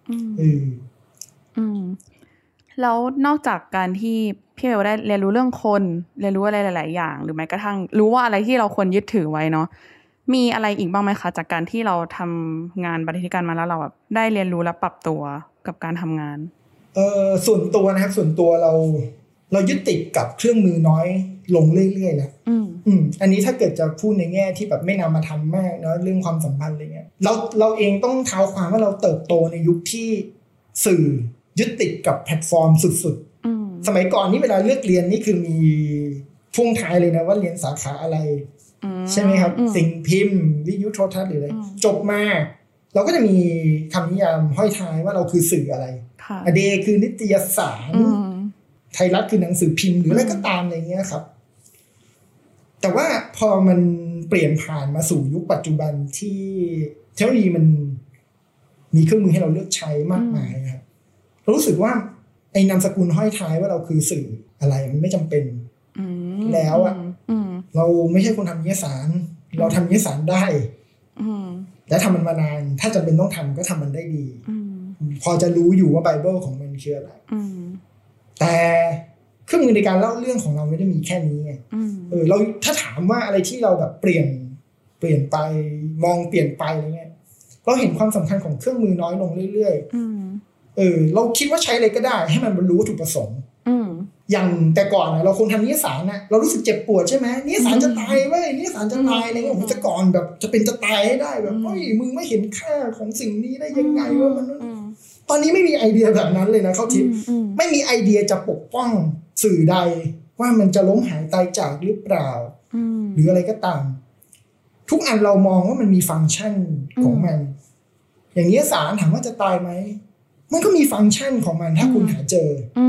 แล้วนอกจากการที่พี่เบลได้เรียนรู้เรื่องคนเรียนรู้อะไรหลายๆอย่างหรือแม้กระทั่งรู้ว่าอะไรที่เราควรยึดถือไว้เนาะมีอะไรอีกบ้างไหมคะจากการที่เราทำงานบรรณาธิการมาแล้วเราแบบได้เรียนรู้และปรับตัวกับการทำงานส่วนตัวนะครับส่วนตัวเรายึดติดกับเครื่องมือน้อยลงเรื่อยๆแล้วอันนี้ถ้าเกิดจะพูดในแง่ที่แบบไม่นำมาทำมากเนาะเรื่องความสัมพันธ์อะไรเงี้ยเราเองต้องเท้าความว่าเราเติบโตในยุคที่สื่อยึดติดกับแพลตฟอร์มสุดๆสมัยก่อนนี่เวลาเลือกเรียนนี่คือมีพุ่งท้ายเลยนะว่าเรียนสาขาอะไรใช่ไหมครับสิ่งพิมพ์วิทยุโทรทัศน์หรืออะไรจบมาเราก็จะมีคำนิยามห้อยท้ายว่าเราคือสื่ออะไรอเดคือนิตยสารไทยรัฐคือหนังสือพิมพ์หรืออะไรก็ตามอะไรเงี้ยครับแต่ว่าพอมันเปลี่ยนผ่านมาสู่ยุคปัจจุบันที่เทคโนโลยีมันมีเครื่องมือให้เราเลือกใช้มากมายครับเรารู้สึกว่าไอ้นามสกุลห้อยท้ายว่าเราคือสื่ออะไรมันไม่จำเป็นแล้วอ่ะเราไม่ใช่คนทำนิยสารเราทำนิยสารได้และทำมันมานานถ้าจำเป็นต้องทำก็ทำมันได้ดีพอจะรู้อยู่ว่าไบเบิลของมันคืออะไรแต่เครื่องมือในการเล่าเรื่องของเราไม่ได้มีแค่นี้ไงเราถ้าถามว่าอะไรที่เราแบบเปลี่ยนไปมองเปลี่ยนไปอะไรเงี้ยเราเห็นความสำคัญของเครื่องมือน้อยลงเรื่อยๆเราคิดว่าใช้อะไรก็ได้ให้มันบรรลุวัตถุประสงค์อย่างแต่ก่อนนะเราคงทำนิยสารนะเรารู้สึกเจ็บปวดใช่ไหมนิยสารจะตายเว้ยนิยสารจะตายอะไรเงี้ยผมจะก่อนแบบจะเป็นจะตายให้ได้แบบเฮ้ยมึงไม่เห็นค่าของสิ่งนี้ได้ยังไงว่ามันตอนนี้ไม่มีไอเดียแบบนั้นเลยนะเขาทิพย์ไม่มีไอเดียจะปกป้องสื่อใดว่ามันจะล้มหายตายจากหรือเปล่าหรืออะไรก็ตามทุกอันเรามองว่ามันมีฟังก์ชันของมันอย่างนี้สารถามว่าจะตายไหมมันก็มีฟังก์ชันของมันถ้าคุณหาเจอ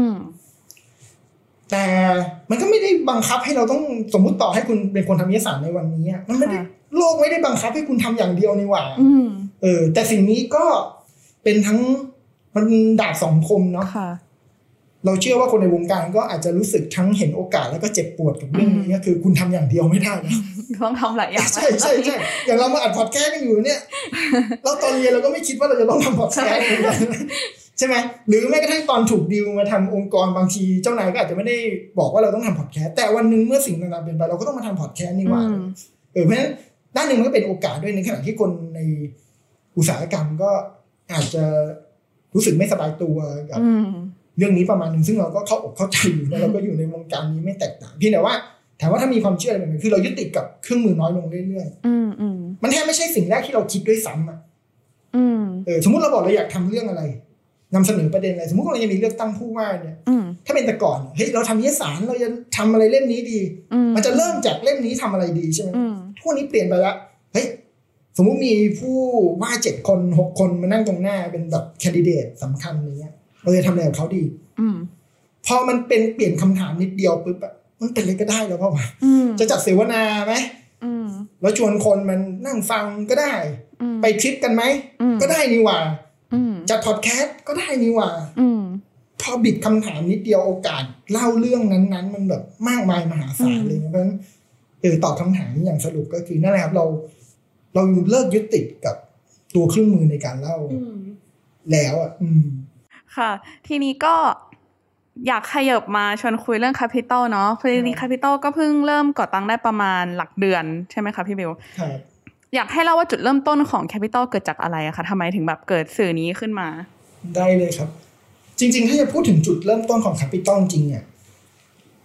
แต่มันก็ไม่ได้บังคับให้เราต้องสมมุติต่อให้คุณเป็นคนทำนิยสารในวันนี้มันไม่ได้โลกไม่ได้บังคับให้คุณทำอย่างเดียวนี่หว่าแต่สิ่งนี้ก็เป็นทั้งมันดาบสองคมเนาะเราเชื่อว่าคนในวงการก็อาจจะรู้สึกทั้งเห็นโอกาสแล้วก็เจ็บปวดกับเรื่องนี้ก็คือคุณทำอย่างเดียวไม่ได้นะต้องทำหลายอย่างใช่ใช่ใช่อย่างเรามาอัดพอดแคสต์กันอยู่เนี่ยเราตอนเรียนเราก็ไม่คิดว่าเราจะต้องทำพอดแคสต์ใช่ไหมหรือแม้กระทั่งตอนถูกดีลมาทำองค์กรบางทีเจ้านายก็อาจจะไม่ได้บอกว่าเราต้องทำพอดแคสต์แต่วันนึงเมื่อสิ่งต่างๆเปลี่ยนไปเราก็ต้องมาทำพอดแคสต์นี่หว่าเพราะฉะนั้นด้านหนึ่งมันก็เป็นโอกาสด้วยในขณะที่คนในอุตสาหกรรมก็อาจจะรู้สึกไม่สบายตัวกับเรื่องนี้ประมาณนึงซึ่งเราก็เข้าอกเข้าใจอยู่แล้วเราก็อยู่ในวงการนี้ไม่แตกต่างเพียงแต่ว่าถามว่าถ้ามีความเชื่ออะไรแบบนี้คือเรายึดติดกับเครื่องมือน้อยลงเรื่อยๆมันแทบไม่ใช่สิ่งแรกที่เราคิดด้วยซ้ำอ่ะสมมุติเราบอกเราอยากทำเรื่องอะไรนำเสนอประเด็นอะไรสมมุติเราจะมีเลือกตั้งผู้ว่าเนี่ยถ้าเป็นแต่ก่อนเฮ้ยเราทำนิยสารเราจะทำอะไรเล่มนี้ดีมันจะเริ่มจากเล่มนี้ทำอะไรดีใช่ไหมทุกนี้เปลี่ยนไปแล้วเฮ้ยสมมุติมีผู้ว่า7 คน6 คนมานั่งตรงหน้าเป็นแบบแคนดิเดตสำคัญอย่างเงี้ยเราจะทำอะไรกับเขาดีพอมันเป็นเปลี่ยนคำถามนิดเดียวปุ๊บอะมันเป็นอะไรก็ได้แล้วพ่อว่าจะจัดเสวนาไหมแล้วชวนคนมันนั่งฟังก็ได้ไปทริปกันไหมก็ได้นี่หว่าจัดพอดแคสต์ก็ได้นี่หว่าพอบิดคำถามนิดเดียวโอกาสเล่าเรื่องนั้นๆมันแบบมากมายมหาศาลเลยเพราะฉะนั้นตอบคำถามอย่างสรุปก็คือนั่นแหละครับเราเลิกยึดติดกับตัวเครื่องมือในการเล่าแล้วอ่ะค่ะทีนี้ก็อยากขยับมาชวนคุยเรื่อง Capital เนาะพอดี Capital ก็เพิ่งเริ่มก่อตั้งได้ประมาณหลักเดือนใช่ไหมคะพี่เบลครับอยากให้เล่าว่าจุดเริ่มต้นของ Capital เกิดจากอะไรอะคะทำไมถึงแบบเกิดสื่อนี้ขึ้นมาได้เลยครับจริงๆถ้าจะพูดถึงจุดเริ่มต้นของ Capital จริงๆเนี่ย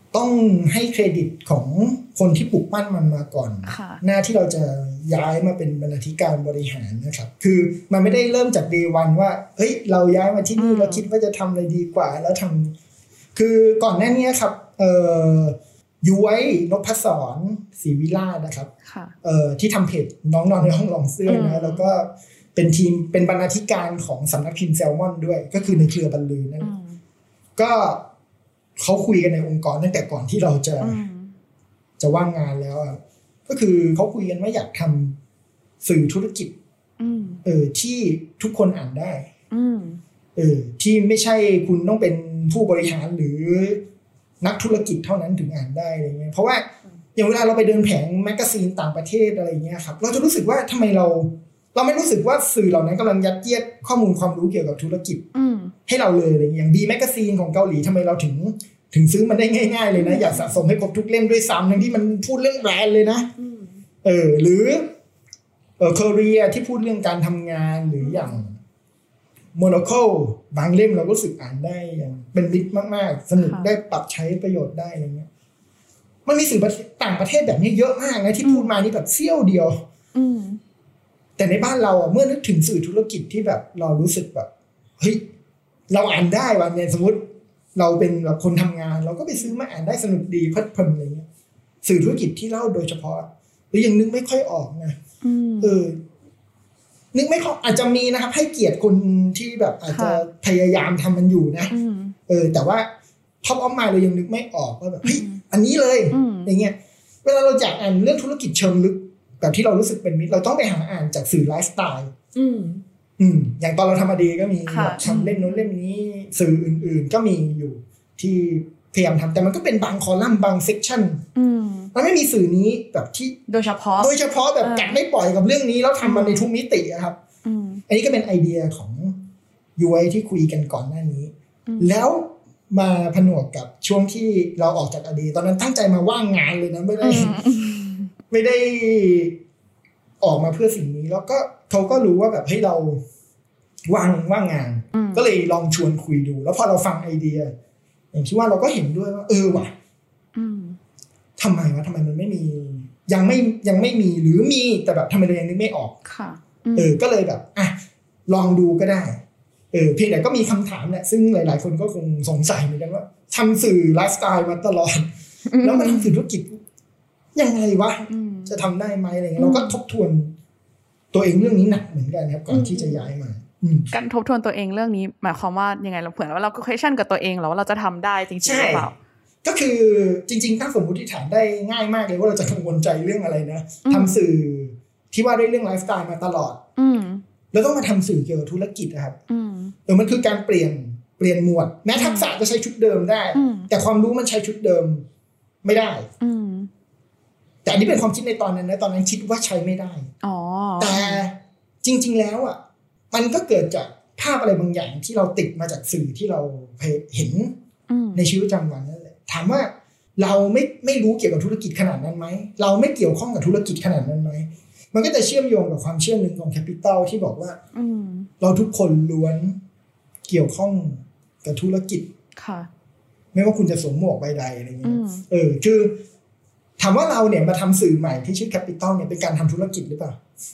ต้องให้เครดิตของคนที่ปลูกปั้นมันมาก่อนหน้าที่เราจะย้ายมาเป็นบรรณาธิการบริหารนะครับคือมันไม่ได้เริ่มจาก day one ว่าเฮ้ยเราย้ายมาที่นี่เราคิดว่าจะทำอะไรดีกว่าแล้วทำคือก่อนหน้านี้ครับย้วยนพศรศรีวิลาศนะครับที่ทำเพจน้องนอนในห้องลองเสื้อนะแล้วก็เป็นทีมเป็นบรรณาธิการของสำนักพิมพ์แซลมอนด้วยก็คือในเครือบรรลือนั่นก็เขาคุยกันในองค์กรตั้งแต่ก่อนที่เราจะว่างงานแล้วก็คือเขาคุยกันว่าอยากทำสื่อธุรกิจที่ทุกคนอ่านได้ที่ไม่ใช่คุณต้องเป็นผู้บริหารหรือนักธุรกิจเท่านั้นถึงอ่านได้อะไรเงี้ยเพราะว่าอย่างเวลาเราไปเดินแผงแมกกาซีนต่างประเทศอะไรเงี้ยครับเราจะรู้สึกว่าทำไมเราไม่รู้สึกว่าสื่อเหล่านั้นกำลังยัดเยียดข้อมูลความรู้เกี่ยวกับธุรกิจให้เราเลยอะไรอย่าง B แมกกาซีนของเกาหลีทำไมเราถึงซื้อมันได้ง่ายๆเลยนะอยากสะสมให้ครบทุกเล่มด้วยซ้ำทั้งที่มันพูดเรื่องแบรนด์เลยนะหรือเกาหลีที่พูดเรื่องการทำงานหรืออย่างโมโนโคลบางเล่มเราก็รู้สึกอ่านได้อย่างเป็นมิตรมากๆสนุกได้ปรับใช้ประโยชน์ได้อะไรเงี้ยมันมีสื่อต่างประเทศแบบนี้เยอะมากนะที่พูดมานี่แบบเสี้ยวเดียวแต่ในบ้านเราเมื่อนึกถึงสื่อธุรกิจที่แบบเรารู้สึกแบบเฮ้ยเราอ่านได้วันนี้สมมติเราเป็นแบบคนทำงานเราก็ไปซื้อมาอ่านได้สนุกดีเพลิดเพลินอะไรเงี้ยสื่อธุรกิจที่เล่าโดยเฉพาะหรือยังนึกไม่ค่อยออกนะนึกไม่ค่อยอาจจะมีนะครับให้เกียรติคนที่แบบอาจจะพยายามทำมันอยู่นะแต่ว่าท็อปออฟมายเรายังนึกไม่ออกว่าแบบเฮ้ยอันนี้เลยอย่างเงี้ยเวลาเราอยากอ่านเรื่องธุรกิจเชิงลึกแบบที่เรารู้สึกเป็นมิตรเราต้องไปหาอ่านจากสื่อไลฟ์สไตล์อย่างตอนเราทำอดีก็มีทำเล่มโน้นเล่มนี้สื่ออื่นๆก็มีอยู่ที่พยายามทำแต่มันก็เป็นบางคอลัมน์บางเซกชันมันไม่มีสื่อนี้แบบที่โดยเฉพาะแบบกัดไม่ปล่อยกับเรื่องนี้แล้วทำมันในทุกมิติครับอันนี้ก็เป็นไอเดียของย้วยที่คุยกันก่อนหน้านี้แล้วมาผนวกกับช่วงที่เราออกจากอดีตอนนั้นตั้งใจมาว่างงานเลยนะไม่ได้ออกมาเพื่อสิ่งนี้แล้วก็เขาก็รู้ว่าแบบให้เราว่างงานก็เลยลองชวนคุยดูแล้วพอเราฟังไอเดียอย่างที่ว่าเราก็เห็นด้วยว่าว่ะทำไมมันไม่มียังไม่มีหรือมีแต่แบบทำไมเรายังนึกไม่ออกค่ะก็เลยแบบลองดูก็ได้เพียงแต่ก็มีคำถามแหละซึ่งหลายๆคนก็คงสงสัยเหมือนกันว่าทำสื่อไลฟ์สไตล์มาตลอดแล้วมาทำสื่อธุรกิจยังไงวะจะทำได้ไหมอะไรเงี้ยเราก็ทบทวนตัวเองเรื่องนี้หนักเหมือนกันครับก่อนที่จะย้ายมาการทบทวนตัวเองเรื่องนี้หมายความว่ายังไงเราเผื่อว่าเราก็ question กับตัวเองหรอว่าเราจะทำได้จริงๆหรือเปล่าก็คือจริงๆตั้งสมมติฐานได้ง่ายมากเลยว่าเราจะกังวลใจเรื่องอะไรนะทำสื่อที่ว่าด้วยเรื่องไลฟ์สไตล์มาตลอดแล้วต้องมาทำสื่อเกี่ยวกับธุรกิจนะครับมันคือการเปลี่ยนหมวดแม้ทักษะจะใช้ชุดเดิมได้แต่ความรู้มันใช้ชุดเดิมไม่ได้แต่อันนี้เป็นความคิดในตอนนั้นนะตอนนั้นคิดว่าใช้ไม่ได้แต่จริงๆแล้วมันก็เกิดจากภาพอะไรบางอย่างที่เราติดมาจากสื่อที่เราเห็นในชีวิตประจำวันนั่นแหละถามว่าเราไม่รู้เกี่ยวกับธุรกิจขนาดนั้นไหมเราไม่เกี่ยวข้องกับธุรกิจขนาดนั้นไหมมันก็จะเชื่อมโยงกับความเชื่อหนึ่งของ Capital ที่บอกว่าเราทุกคนล้วนเกี่ยวข้องกับธุรกิจไม่ว่าคุณจะสวมหมวกใบใดอะไรเงี้ยคือถามว่าเราเนี่ยมาทำสื่อใหม่ที่ชื่อ Capital เนี่ยเป็นการทำธุรกิจหรือเปล่า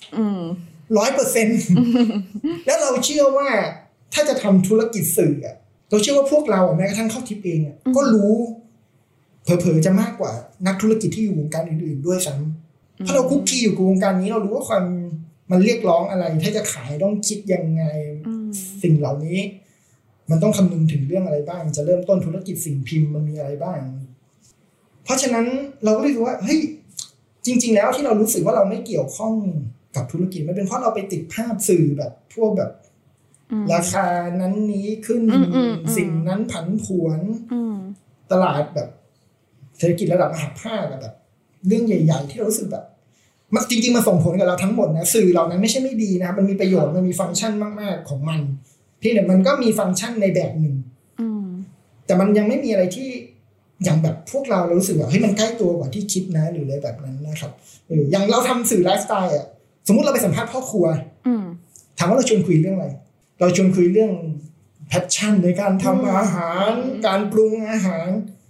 100% แล้วเราเชื่อว่าถ้าจะทำธุรกิจสื่อเราเชื่อว่าพวกเราแม้กระทั่งเข้าทิปเองก็รู้เผลอๆจะมากกว่านักธุรกิจที่อยู่วงการอื่นๆด้วยซ้ำถ้าเราคุกคีอยู่กับวงการนี้เรารู้ว่าความมันเรียกร้องอะไรถ้าจะขายต้องคิดยังไงสิ่งเหล่านี้มันต้องคำนึงถึงเรื่องอะไรบ้างจะเริ่มต้นธุรกิจสิ่งพิมพ์มันมีอะไรบ้างเพราะฉะนั้นเราก็เลยรู้ว่าเฮ้ยจริงๆแล้วที่เรารู้สึกว่าเราไม่เกี่ยวข้องกับธุรกิจมันเป็นเพราะเราไปติดภาพสื่อแบบพวกแบบราคานั้นนี้ขึ้นสิ่งนั้นผันผวนตลาดแบบเศรษฐกิจระดับมหาภาคแบบเรื่องใหญ่ๆที่เรารู้สึกแบบจริงๆมันส่งผลกับเราทั้งหมดนะสื่อเหล่านั้นไม่ใช่ไม่ดีนะมันมีประโยชน์มันมีฟังก์ชันมากๆของมันที่เนี่ยมันก็มีฟังก์ชันในแบบหนึ่งแต่มันยังไม่มีอะไรที่อย่างแบบพวกเรารู้สึกว่าเฮ้ยมันใกล้ตัวกว่าที่คิดนะหรืออะไรแบบนั้นนะครับอย่างเราทำสื่อไลฟ์สไตล์สมมุติเราไปสัมภาษณ์พ่อครัวถามว่าเราชวนคุยเรื่องอะไรเราชวนคุยเรื่องแพชชั่นในการทำอาหารการปรุงอาหาร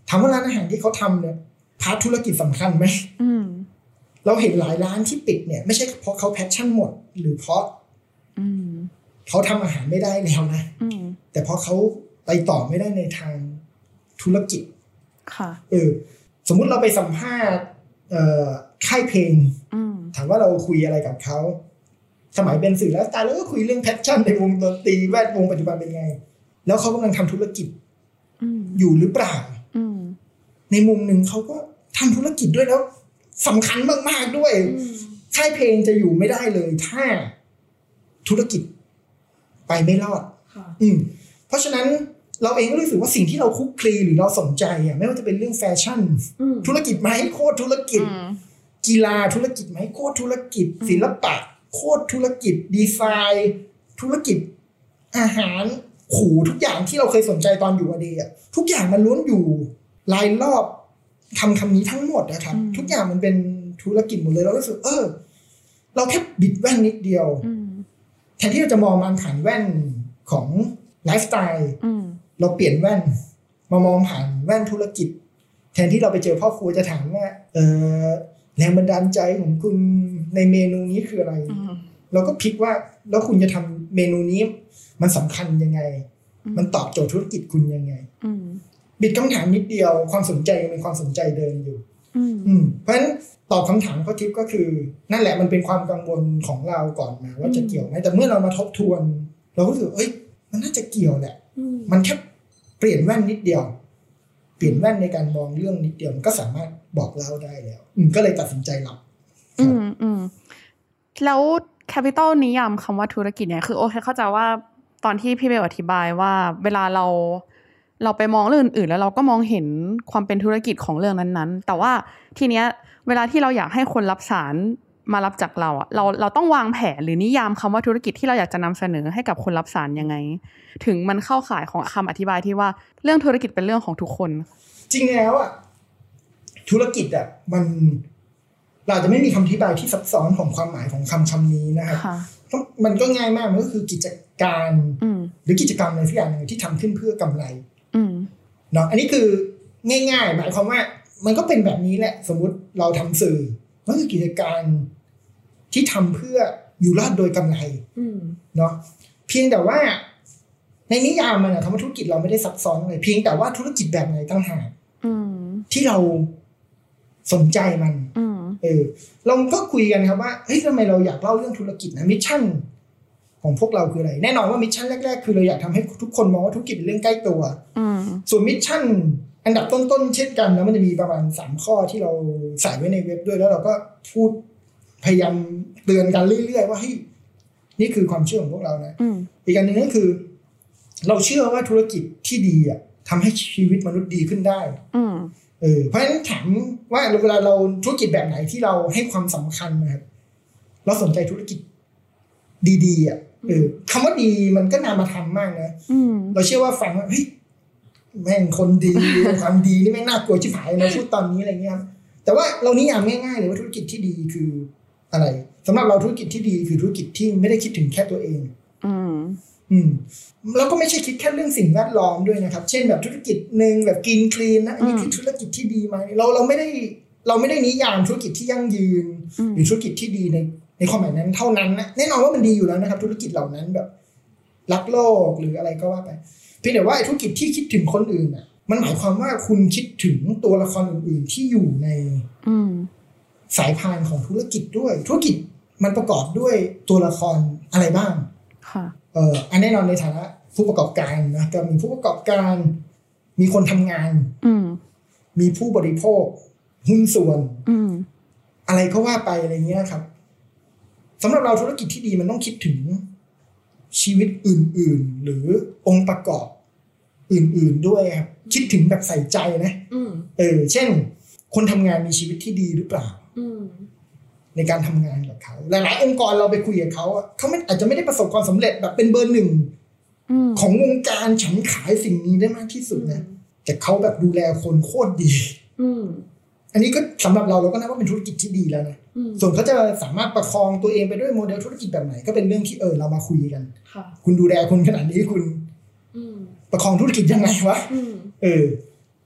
ถามว่าร้านอาหารที่เขาทำเนี่ยพาร์ทธุรกิจสำคัญไหมเราเห็นหลายร้านที่ปิดเนี่ยไม่ใช่เพราะเขาแพชชั่นหมดหรือเพราะเขาทำอาหารไม่ได้แล้วนะแต่เพราะเขาไปต่อไม่ได้ในทางธุรกิจค่ะสมมุติเราไปสัมภาษณ์ค่ายเพลงถามว่าเราคุยอะไรกับเขาสมัยเป็นสื่อแล้วแล้วก็คุยเรื่องแพชชั่นในวงดนตรีแวดวงปัจจุบันเป็นไงแล้วเขากำลังทำธุรกิจอยู่หรือเปล่าในมุมหนึ่งเขาก็ทำธุรกิจด้วยแล้วสำคัญมากๆด้วยค่ายเพลงจะอยู่ไม่ได้เลยถ้าธุรกิจไปไม่รอดเพราะฉะนั้นเราเองก็รู้สึกว่าสิ่งที่เราคุกคลีหรือเราสนใจไม่ว่าจะเป็นเรื่องแฟชั่นธุรกิจไหมโคตรธุรกิจกีฬาธุรกิจไหมโคตรธุรกิจศิลปะโคตรธุรกิจดีไซน์ธุรกิจอาหารทุกอย่างที่เราเคยสนใจตอนอยู่อเดย์ทุกอย่างมันล้วนอยู่รายรอบคำนี้ทั้งหมดนะครับทุกอย่างมันเป็นธุรกิจหมดเลยเรารู้สึกเราแค่บิดแว่นนิดเดียวแทนที่เราจะมองมันผ่านแว่นของไลฟ์สไตล์เราเปลี่ยนแว่นมามองผ่านแว่นธุรกิจแทนที่เราไปเจอพ่อครัวจะถามว่าแรงบันดาลใจของคุณในเมนูนี้คืออะไรเราก็พลิกว่าแล้วคุณจะทำเมนูนี้มันสำคัญยังไงมันตอบโจทย์ธุรกิจคุณยังไงบิดคำถามนิดเดียวความสนใจยังเป็นความสนใจเดิมอยู่เพราะฉะนั้นตอบคำถามข้อทิปก็คือนั่นแหละมันเป็นความกังวลของเราก่อนมาว่าจะเกี่ยวไหมแต่เมื่อเรามาทบทวนเราก็รู้สึกมันน่าจะเกี่ยวแหละมันแค่เปลี่ยนแว่นนิดเดียวเปลี่ยนแว่นในการมองเรื่องนิดเดียวมันก็สามารถบอกเล่าได้แล้วก็เลยตัดสินใจรับแล้ว Capital นิยามคำว่าธุรกิจเนี่ยคือโอเคเข้าใจว่าตอนที่พี่เบลอธิบายว่าเวลาเราไปมองเรื่องอื่นๆแล้วเราก็มองเห็นความเป็นธุรกิจของเรื่องนั้นๆแต่ว่าทีเนี้ยเวลาที่เราอยากให้คนรับสารมารับจากเราเราต้องวางแผนหรือนิยามคำว่าธุรกิจที่เราอยากจะนำเสนอให้กับคนรับสารยังไงถึงมันเข้าข่ายของคำอธิบายที่ว่าเรื่องธุรกิจเป็นเรื่องของทุกคนจริงแล้วธุรกิจมันเราจะไม่มีคำอธิบายที่ซับซ้อนของความหมายของคำนี้นะครับมันก็ง่ายมากมันก็คือกิจการหรือกิจกรรมอะไรสักอย่างนึงที่ทำขึ้นเพื่อกำไรเนาะอันนี้คือง่ายๆหมายความว่ามันก็เป็นแบบนี้แหละสมมุติเราทำสื่อมันคือกิจการที่ทำเพื่ออยู่รอดโดยกำไรเนาะเพียงแต่ว่าในนิยามมันคำว่าธุรกิจเราไม่ได้ซับซ้อนเลยเพียงแต่ว่าธุรกิจแบบไหนต่างหากที่เราสนใจมันเราก็คุยกันครับว่าเฮ้ยทำไมเราอยากเล่าเรื่องธุรกิจนะมิชชั่นของพวกเราคืออะไรแน่นอนว่ามิชชั่นแรกๆคือเราอยากทำให้ทุกคนมองว่าธุรกิจเป็นเรื่องใกล้ตัวส่วนมิชชั่นอันดับต้นๆเช่นกันแล้วมันจะมีประมาณ3ข้อที่เราใส่ไว้ในเว็บด้วยแล้วเราก็พูดพยายามเตือนกันเรื่อยๆว่าเฮ้ยนี่คือความเชื่อของพวกเรานะอีกอันนึงก็คือเราเชื่อว่าธุรกิจที่ดีทำให้ชีวิตมนุษย์ดีขึ้นได้เพราะฉะนั้นถามว่าเวลาเราธุรกิจแบบไหนที่เราให้ความสำคัญนะครับเราสนใจธุรกิจดีๆคำว่าดีมันก็นามธรรมมากนะเราเชื่อว่าฟังว่าเฮ้ยแม่งคนดีความดีนี่แม่งน่ากลัวชิบหายนะพูดตอนนี้อะไรเงี้ยแต่ว่าเรานิยามง่ายๆเลยว่าธุรกิจที่ดีคืออะไรสำหรับเราธุรกิจที่ดีคือธุรกิจที่ไม่ได้คิดถึงแค่ตัวเองแล้วก็ไม่ใช่คิดแค่เรื่องสิ่งแวดล้อมด้วยนะครับเช่นแบบธุรกิจนึงแบบกินคลีนนะอันนี้คือธุรกิจที่ดีไหมเราไม่ได้นิยามธุรกิจที่ยั่งยืนหรือธุรกิจที่ดีในความหมายนั้นเท่านั้นนะแน่นอนว่ามันดีอยู่แล้วนะครับธุรกิจเหล่านั้นแบบรักโลกหรืออะไรก็ว่าไปเพียงแต่ว่าธุรกิจที่คิดถึงคนอื่นมันหมายความว่าคุณคิดถึงตัวละครอื่นๆที่อยู่ในสายพานของธุรกิจด้วยธุรกิจมันประกอบด้วยตัวละครอะไรบ้างอันแน่นอนในฐานะผู้ประกอบการนะก็มีผู้ประกอบการมีคนทำงานมีผู้บริโภคหุ้นส่วนอะไรก็ว่าไปอะไรเงี้ยครับสำหรับเราธุรกิจที่ดีมันต้องคิดถึงชีวิตอื่นๆหรือองค์ประกอบอื่นๆด้วยครับคิดถึงแบบใส่ใจนะเช่นคนทำงานมีชีวิตที่ดีหรือเปล่าในการทำงานกับเขาหลายๆองค์กรเราไปคุยกับเขาเขาอาจจะไม่ได้ประสบความสำเร็จแบบเป็นเบอร์หนึ่งของวงการฉันขายสิ่งนี้ได้มากที่สุดนะแต่เขาแบบดูแลคนโคตรดีอันนี้ก็สำหรับเราก็นับว่าเป็นธุรกิจที่ดีแล้วนะส่วนเขาจะสามารถประคองตัวเองไปด้วยโมเดลธุรกิจแบบไหนก็เป็นเรื่องที่เรามาคุยกันคุณดูแลคนขนาดนี้คุณประคองธุรกิจยังไงวะ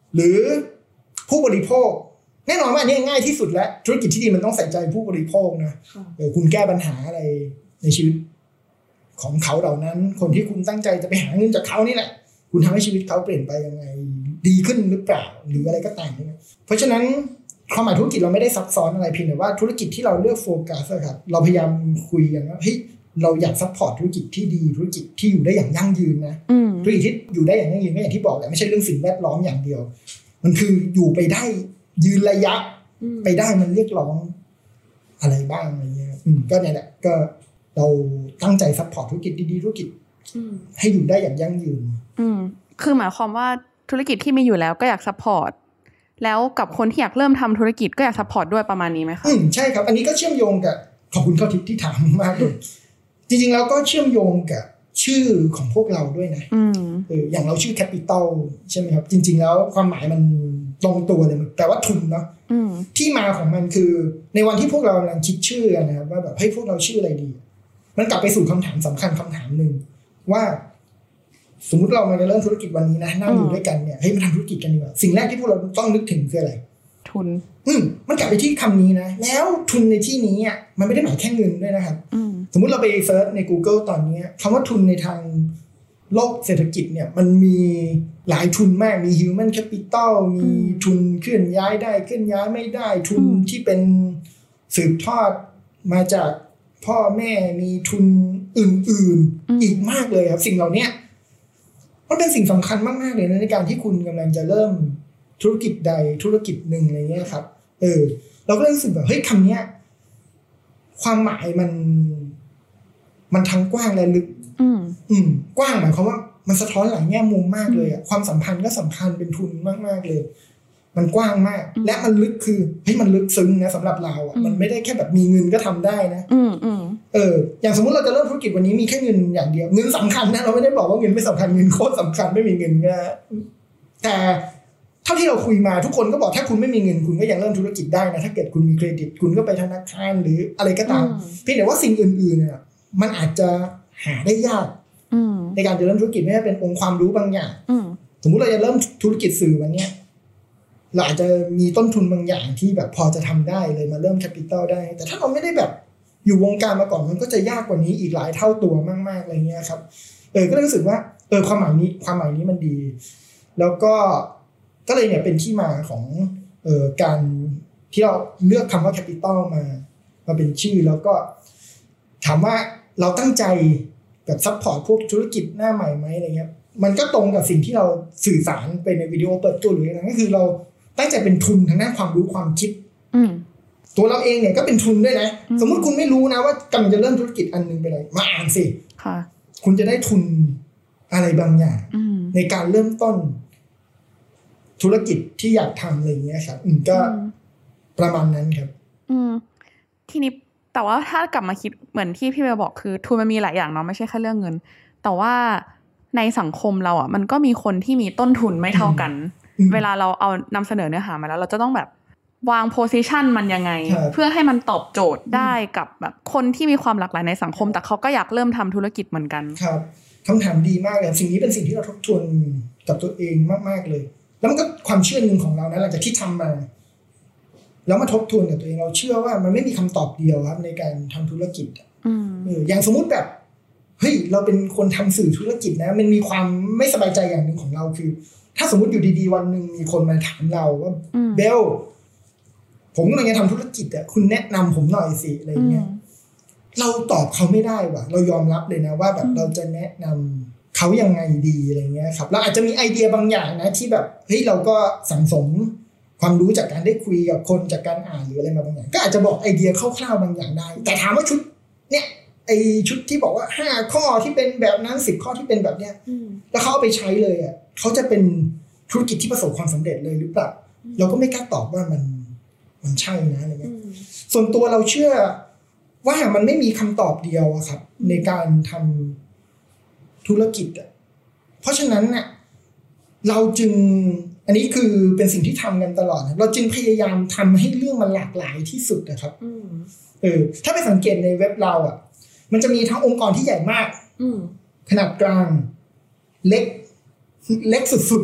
หรือผู้บริโภคแน่นอนว่าอันนี้ง่ายที่สุดแล้วธุรกิจที่ดีมันต้องใส่ใจผู้บริโภคนะคุณแก้ปัญหาอะไรในชีวิตของเขาเหล่านั้นคนที่คุณตั้งใจจะไปหาเงินจากเขานี่แหละคุณทำให้ชีวิตเขาเปลี่ยนไปยังไงดีขึ้นหรือเปล่าหรืออะไรก็ตามนะเพราะฉะนั้นความหมายธุรกิจเราไม่ได้ซับซ้อนอะไรเพียงแต่ว่าธุรกิจที่เราเลือกโฟกัสครับเราพยายามคุยกันว่าเฮ้ยเราอยากซัพพอร์ตธุรกิจที่ดีธุรกิจที่อยู่ได้อย่างยั่งยืนนะธุรกิจที่อยู่ได้อย่างยั่งยืนก็อย่างที่บอกแหละไม่ใช่เรื่องสิ่งแวดล้อมอย่างเดียวมันคืออยู่ไปได้ยืนระยะไปได้มันเรียกร้องอะไรบ้างอะไรเงี้ยก็เนี่ยแหละก็เราตั้งใจซัพพอร์ตธุรกิจดีๆธุรกิจให้อยู่ได้อย่างยั่งยืนคือหมายความว่าธุรกิจที่มีอยู่แล้วก็อยากซัพพอร์ตแล้วกับคนที่อยากเริ่มทำธุรกิจก็อยากซัพพอร์ตด้วยประมาณนี้ไหมคะใช่ครับอันนี้ก็เชื่อมโยงกับขอบคุณข้อทิศที่ถามมากเลยจริงๆแล้วก็เชื่อมโยงกับชื่อของพวกเราด้วยนะอย่างเราชื่อ Capital ใช่ไหมครับจริงๆแล้วความหมายมันตรงตัวเลยแปลว่าทุนเนาะที่มาของมันคือในวันที่พวกเรากำลังคิดชื่อกันนะครับว่าแบบให้พวกเราชื่ออะไรดีมันกลับไปสู่คำถามสำคัญคำถามหนึ่งว่าสมมุติเรามาจะเริ่มธุรกิจวันนี้นะนั่งอยู่ด้วยกันเนี่ยเฮ้ยมาทำธุรกิจกันดีกว่าสิ่งแรกที่พวกเราต้องนึกถึงคืออะไรทุนมันกลับไปที่คำนี้นะแล้วทุนในที่นี้อ่ะมันไม่ได้หมายแค่เงินด้วยนะครับสมมุติเราไปเซิร์ชใน Google ตอนนี้คำว่าทุนในทางโลกเศรษฐกิจเนี่ยมันมีหลายทุนมากมี human capital มีทุนเคลื่อนย้ายได้เคลื่อนย้ายไม่ได้ทุนที่เป็นสืบทอดมาจากพ่อแม่มีทุนอื่นๆอีกมากเลยครับสิ่งเหล่านี้มันเป็นสิ่งสำคัญมากๆเลยนะในการที่คุณกำลังจะเริ่มธุรกิจใดธุรกิจหนึ่งอะไรเงี้ยครับเราก็รู้สึกแบบเฮ้ยคำนี้ความหมายมันทั้งกว้างและลึกกว้างหมายความว่ามันสะท้อนหลายแง่มุมมากเลยอ่ะความสัมพันธ์ก็สำคัญเป็นทุนมากๆเลยมันกว้างมากและมันลึกคือเฮ้ยมันลึกซึ้งนะสำหรับเราอ่ะมันไม่ได้แค่แบบมีเงินก็ทำได้นะอย่างสมมุติเราจะเริ่มธุรกิจวันนี้มีแค่เงินอย่างเดียวเงินสำคัญนะเราไม่ได้บอกว่าเงินไม่สำคัญเงินโคตรสำคัญไม่มีเงินก็แต่เท่าที่เราคุยมาทุกคนก็บอกถ้าคุณไม่มีเงินคุณก็ยังเริ่มธุรกิจได้นะถ้าเกิดคุณมีเครดิตคุณก็ไปธนาคารหรืออะไรก็ตามเพียงแต่ว่าสิ่งอื่นๆเนี่ยมันอาจจะหาได้ยากในการจะเริ่มธุรกิจไม่ใช่เป็นองค์ความรู้บางอย่างสมมุติเราจะเริ่มธุรกิจสื่อวันนี้เราอาจจะมีต้นทุนบางอย่างที่แบบพอจะทำได้เลยมาเริ่มแคปิตอลได้แต่ถ้าเราไม่ได้แบบอยู่วงการมาก่อนมันก็จะยากกว่านี้อีกหลายเท่าตัวมากๆอะไรเงี้ยครับก็รู้สึกว่าความหมายนี้มันดีแล้วก็เลยเนี่ยเป็นที่มาของการที่เราเลือกคำว่าแคปิตอลมาเป็นชื่อแล้วก็ถามว่าเราตั้งใจแบบซัพพอร์ตพวกธุรกิจหน้าใหม่ไหมอะไรเงี้ยมันก็ตรงกับสิ่งที่เราสื่อสารไปในวิดีโอเปิดตัวหรืออะไรก็คือเราตั้งใจเป็นทุนทางด้านความรู้ความคิดตัวเราเองเนี่ยก็เป็นทุนด้วยนะสมมุติคุณไม่รู้นะว่ากำลังจะเริ่มธุรกิจอันนึงไปเลยมาอ่านสิคุณจะได้ทุนอะไรบางอย่างในการเริ่มต้นธุรกิจที่อยากทำอะไรอย่างเงี้ยครับก็ประมาณนั้นครับทีนี้แต่ว่าถ้ากลับมาคิดเหมือนที่พี่เบลบอกคือทุนมันมีหลายอย่างเนาะไม่ใช่แค่เรื่องเงินแต่ว่าในสังคมเราอ่ะมันก็มีคนที่มีต้นทุนไม่เท่ากันเวลาเราเอานำเสนอเนื้อหามาแล้วเราจะต้องแบบวางโพสิชันมันยังไงเพื่อให้มันตอบโจทย์ได้กับแบบคนที่มีความหลากหลายในสังคมแต่เขาก็อยากเริ่มทำธุรกิจเหมือนกันครับคำถามดีมากเลยสิ่งนี้เป็นสิ่งที่เราทบทวนกับตัวเองมากๆเลยแล้วมันก็ความเชื่อหนึ่งของเรานะหลังจากที่ทำมาแล้วมาทบทวนกับตัวเองเราเชื่อว่ามันไม่มีคำตอบเดียวครับในการทำธุรกิจอย่างสมมุติแบบเฮ้ยเราเป็นคนทำสื่อธุรกิจนะมันมีความไม่สบายใจอย่างหนึ่งของเราคือถ้าสมมติอยู่ดีๆวันหนึ่งมีคนมาถามเราว่าเบลผมกำลังจะทำธุรกิจอ่ะคุณแนะนำผมหน่อยสิอะไรเงี้ยเราตอบเขาไม่ได้ว่ะเรายอมรับเลยนะว่าแบบเราจะแนะนำเขายังไงดีอะไรเงี้ยครับเราอาจจะมีไอเดียบางอย่างนะที่แบบเฮ้ยเราก็สังสมความรู้จากการได้คุยกับคนจากการอ่านหรืออะไรมาบางอย่างก็อาจจะบอกไอเดียคร่าวๆบางอย่างได้แต่ถามว่าชุดเนี่ยไอชุดที่บอกว่า5ข้อที่เป็นแบบนั้น10ข้อที่เป็นแบบเนี้ยแล้วเขาเอาไปใช้เลยอ่ะเขาจะเป็นธุรกิจที่ประสบความสำเร็จเลยหรือเปล่าเราก็ไม่กล้าตอบว่ามันใช่นะอะไรเงี้ยส่วนตัวเราเชื่อว่ามันไม่มีคำตอบเดียวอะครับในการทำธุรกิจอ่ะเพราะฉะนั้นน่ะเราจึงอันนี้คือเป็นสิ่งที่ทำกันตลอดนะเราจึงพยายามทำให้เรื่องมันหลากหลายที่สุดนะครับถ้าไปสังเกตในเว็บเราอ่ะมันจะมีทั้งองค์กรที่ใหญ่มากขนาดกลางเล็กสุด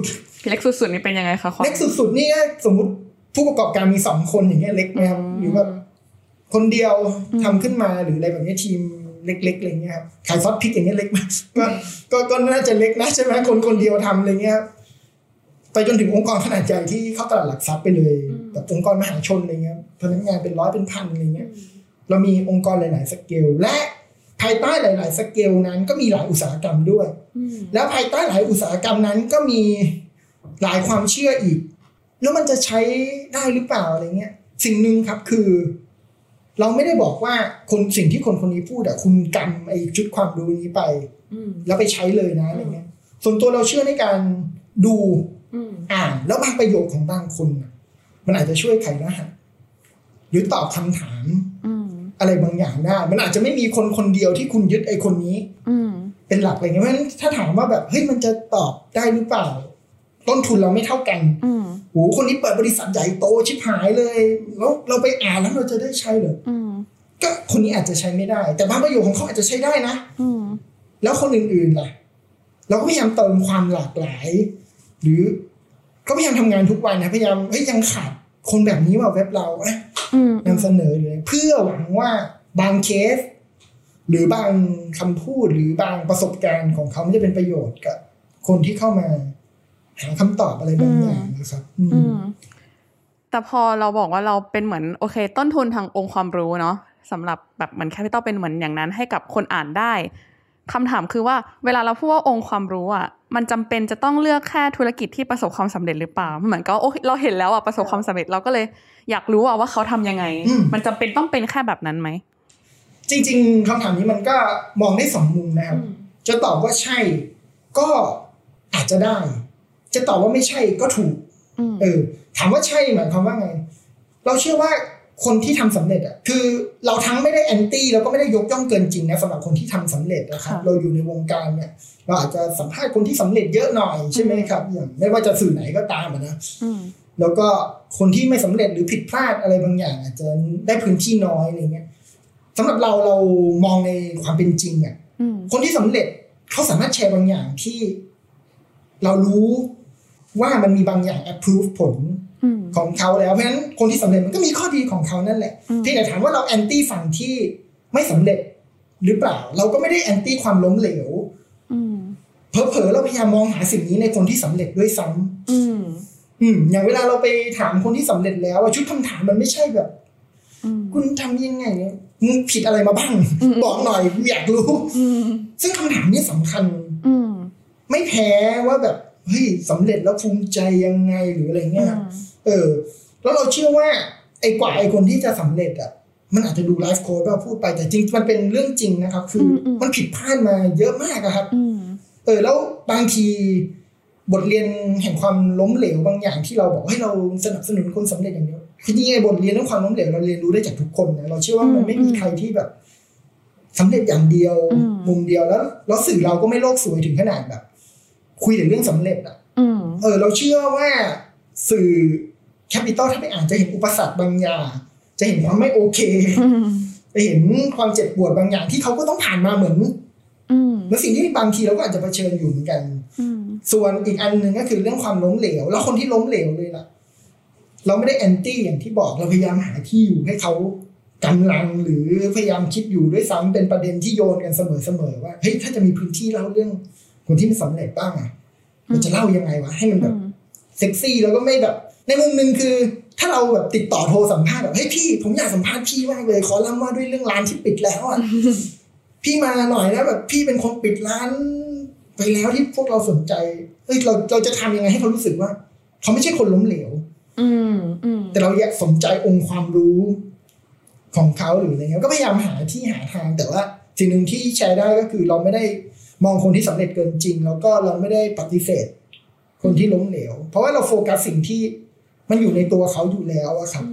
เล็กสุดๆนี่เป็นยังไงคะเล็กสุดๆนี่สมมุติผู้ประกอบการมี2คนอย่างเงี้ยเล็กไหมครับหรือว่าคนเดียวทำขึ้นมาหรืออะไรแบบนี้ทีมเล็กๆอะไรเงี้ยครับขายซอสพริกอย่างเงี้ยเล็กมากก็น่าจะเล็กนะใช่ไหมคนเดียวทำอะไรเงี้ยไปจนถึงองค์กรขนาดใหญ่ที่เข้าตลาดหลักทรัพย์ไปเลยแบบองค์กรมหาชนอะไรเงี้ยพนักงานเป็นร้อยเป็นพันอะไรเงี้ยเรามีองค์กรหลายๆสเกลและภายใต้หลายๆสเกลนั้นก็มีหลายอุตสาหกรรมด้วยแล้วภายใต้หลายอุตสาหกรรมนั้นก็มีหลายความเชื่ออีกแล้วมันจะใช้ได้หรือเปล่าอะไรเงี้ยสิ่งนึงครับคือเราไม่ได้บอกว่าสิ่งที่คนนี้พูดอะคุณกำไอ้ชุดความรู้นี้ไปแล้วไปใช้เลยนะอะไรเงี้ยส่วนตัวเราเชื่อในการดูอ่านแล้วบางประโยคของบางคนมันอาจจะช่วยไขรหัสหรือตอบคำถามอะไรบางอย่างได้มันอาจจะไม่มีคนเดียวที่คุณยึดไอ้คนนี้เป็นหลักอะไรเงี้ยเพราะฉะนั้นถ้าถามว่าแบบเฮ้ยมันจะตอบได้หรือเปล่าต้นทุนเราไม่เท่ากันโหคนนี้เปิดบริษัทใหญ่โตชิบหายเลยแล้วเราไปอ่านแล้วเราจะได้ใช้เหรอก็คนนี้อาจจะใช้ไม่ได้แต่บางประโยคของเขาอาจจะใช้ได้นะแล้วคนอื่นๆล่ะเราก็พยายามเติมความหลากหลายหรือก็พยายามทำงานทุกวันนะพยายามยังขาดคนแบบนี้ว่าเว็บเรานำเสนอเลยเพื่อหวังว่าบางเคสหรือบางคำพูดหรือบางประสบการณ์ของเขาไม่จะเป็นประโยชน์กับคนที่เข้ามาหาคำตอบอะไรบางอย่างนะครับแต่พอเราบอกว่าเราเป็นเหมือนโอเคต้นทุนทางองค์ความรู้เนาะสำหรับแบบเหมือนแคปิตอลเป็นเหมือนอย่างนั้นให้กับคนอ่านได้คำถามคือว่าเวลาเราพูดว่าองค์ความรู้อ่ะมันจำเป็นจะต้องเลือกแค่ธุรกิจที่ประสบความสำเร็จหรือเปล่าเหมือนก็เราเห็นแล้วอ่ะประสบความสำเร็จเราก็เลยอยากรู้ว่าเขาทำยังไงมันจำเป็นต้องเป็นแค่แบบนั้นไหมจริงๆคำถามนี้มันก็มองได้2มุมนะครับจะตอบว่าใช่ก็อาจจะได้จะตอบว่าไม่ใช่ก็ถูกถามว่าใช่หมายความว่าไงเราเชื่อว่าคนที่ทำสำเร็จอ่ะคือเราทั้งไม่ได้แอนตี้แล้วก็ไม่ได้ยกย่องเกินจริงนะสำหรับคนที่ทำสำเร็จนะครับเราอยู่ในวงการเนี่ยเราอาจจะสัมภาษณ์คนที่สำเร็จเยอะหน่อยใช่ไหมครับอย่างไม่ว่าจะสื่อไหนก็ตามนะแล้วก็คนที่ไม่สำเร็จหรือผิดพลาดอะไรบางอย่างอาจจะได้พื้นที่น้อยอะไรเงี้ยสำหรับเรามองในความเป็นจริงอ่ะคนที่สำเร็จเขาสามารถแชร์บางอย่างที่เรารู้ว่ามันมีบางอย่าง approve ผลของเขาแล้วเพราะฉะนั้นคนที่สำเร็จมันก็มีข้อดีของเขานั่นแหละเพียงแต่ถามว่าเราแอนตี้ฝั่งที่ไม่สำเร็จหรือเปล่าเราก็ไม่ได้แอนตี้ความล้มเหลวเผลอๆเราพยายามมองหาสิ่งนี้ในคนที่สำเร็จด้วยซ้ำอย่างเวลาเราไปถามคนที่สำเร็จแล้วชุดคำถามมันไม่ใช่แบบคุณทำยังไงมึงผิดอะไรมาบ้างบอกหน่อยอยากรู้ซึ่งคำถามนี้สำคัญไม่แพ้ว่าแบบเฮ้ยสำเร็จแล้วภูมิใจยังไงหรืออะไรเงี้ยแล้วเราเชื่อว่าไอ้กว่าไอ้คนที่จะสำเร็จอ่ะมันอาจจะดูไลฟ์โค้ชเราพูดไปแต่จริงมันเป็นเรื่องจริงนะครับคือมันผิดพลาดมาเยอะมากครับแล้วบางทีบทเรียนแห่งความล้มเหลวบางอย่างที่เราบอกให้เราสนับสนุนคนสำเร็จอย่างเดียวคือจริงๆบทเรียนเรื่องความล้มเหลวเราเรียนรู้ได้จากทุกคนนะเราเชื่อว่ามันไม่มีใครที่แบบสำเร็จอย่างเดียวมุมเดียวแล้วสื่อเราก็ไม่โลกสวยถึงขนาดแบบคุยแต่เรื่องสำเร็จอ่ะเราเชื่อว่าสื่อแคปิตอลถ้าไปอ่านจะเห็นอุปสรรคบางอย่างจะเห็นความไม่โอเคจะเห็นความเจ็บปวดบางอย่างที่เขาก็ต้องผ่านมาเหมือนสิ่งที่บางทีเราก็อาจจะเผชิญอยู่เหมือนกันส่วนอีกอันนึงก็คือเรื่องความล้มเหลวแล้วคนที่ล้มเหลวเลยล่ะเราไม่ได้แอนตี้อย่างที่บอกเราพยายามหาที่อยู่ให้เขากำลังหรือพยายามคิดอยู่ด้วยซ้ำเป็นประเด็นที่โยนกันเสมอว่าเฮ้ยถ้าจะมีพื้นที่เล่าเรื่องคนที่ไม่สำเร็จบ้างอ่ะมันจะเล่ายังไงวะให้มันแบบเซ็กซี่แล้วก็ไม่แบบในมุมนึงคือถ้าเราแบบติดต่อโทรสัมภาษณ์แบบเฮ้ยพี่ผมอยากสัมภาษณ์พี่มากเลยขอเล่าว่าด้วยเรื่องร้านที่ปิดแล้วอ่ะ พี่มาหน่อยนะแบบพี่เป็นคนปิดร้านไปแล้วที่พวกเราสนใจเฮ้ยเราจะทำยังไงให้เขารู้สึกว่าเขาไม่ใช่คนล้มเหลวแต่เราอยากสนใจองค์ความรู้ของเขาหรืออะไรเงี้ยก็พยายามหาที่หาทางแต่ว่าสิ่งหนึ่งที่แชร์ได้ก็คือเราไม่ได้มองคนที่สำเร็จเกินจริงแล้วก็เราไม่ได้ปฏิเสธคนที่ล้มเหลวเพราะว่าเราโฟกัสสิ่งที่มันอยู่ในตัวเขาอยู่แล้วอะครับ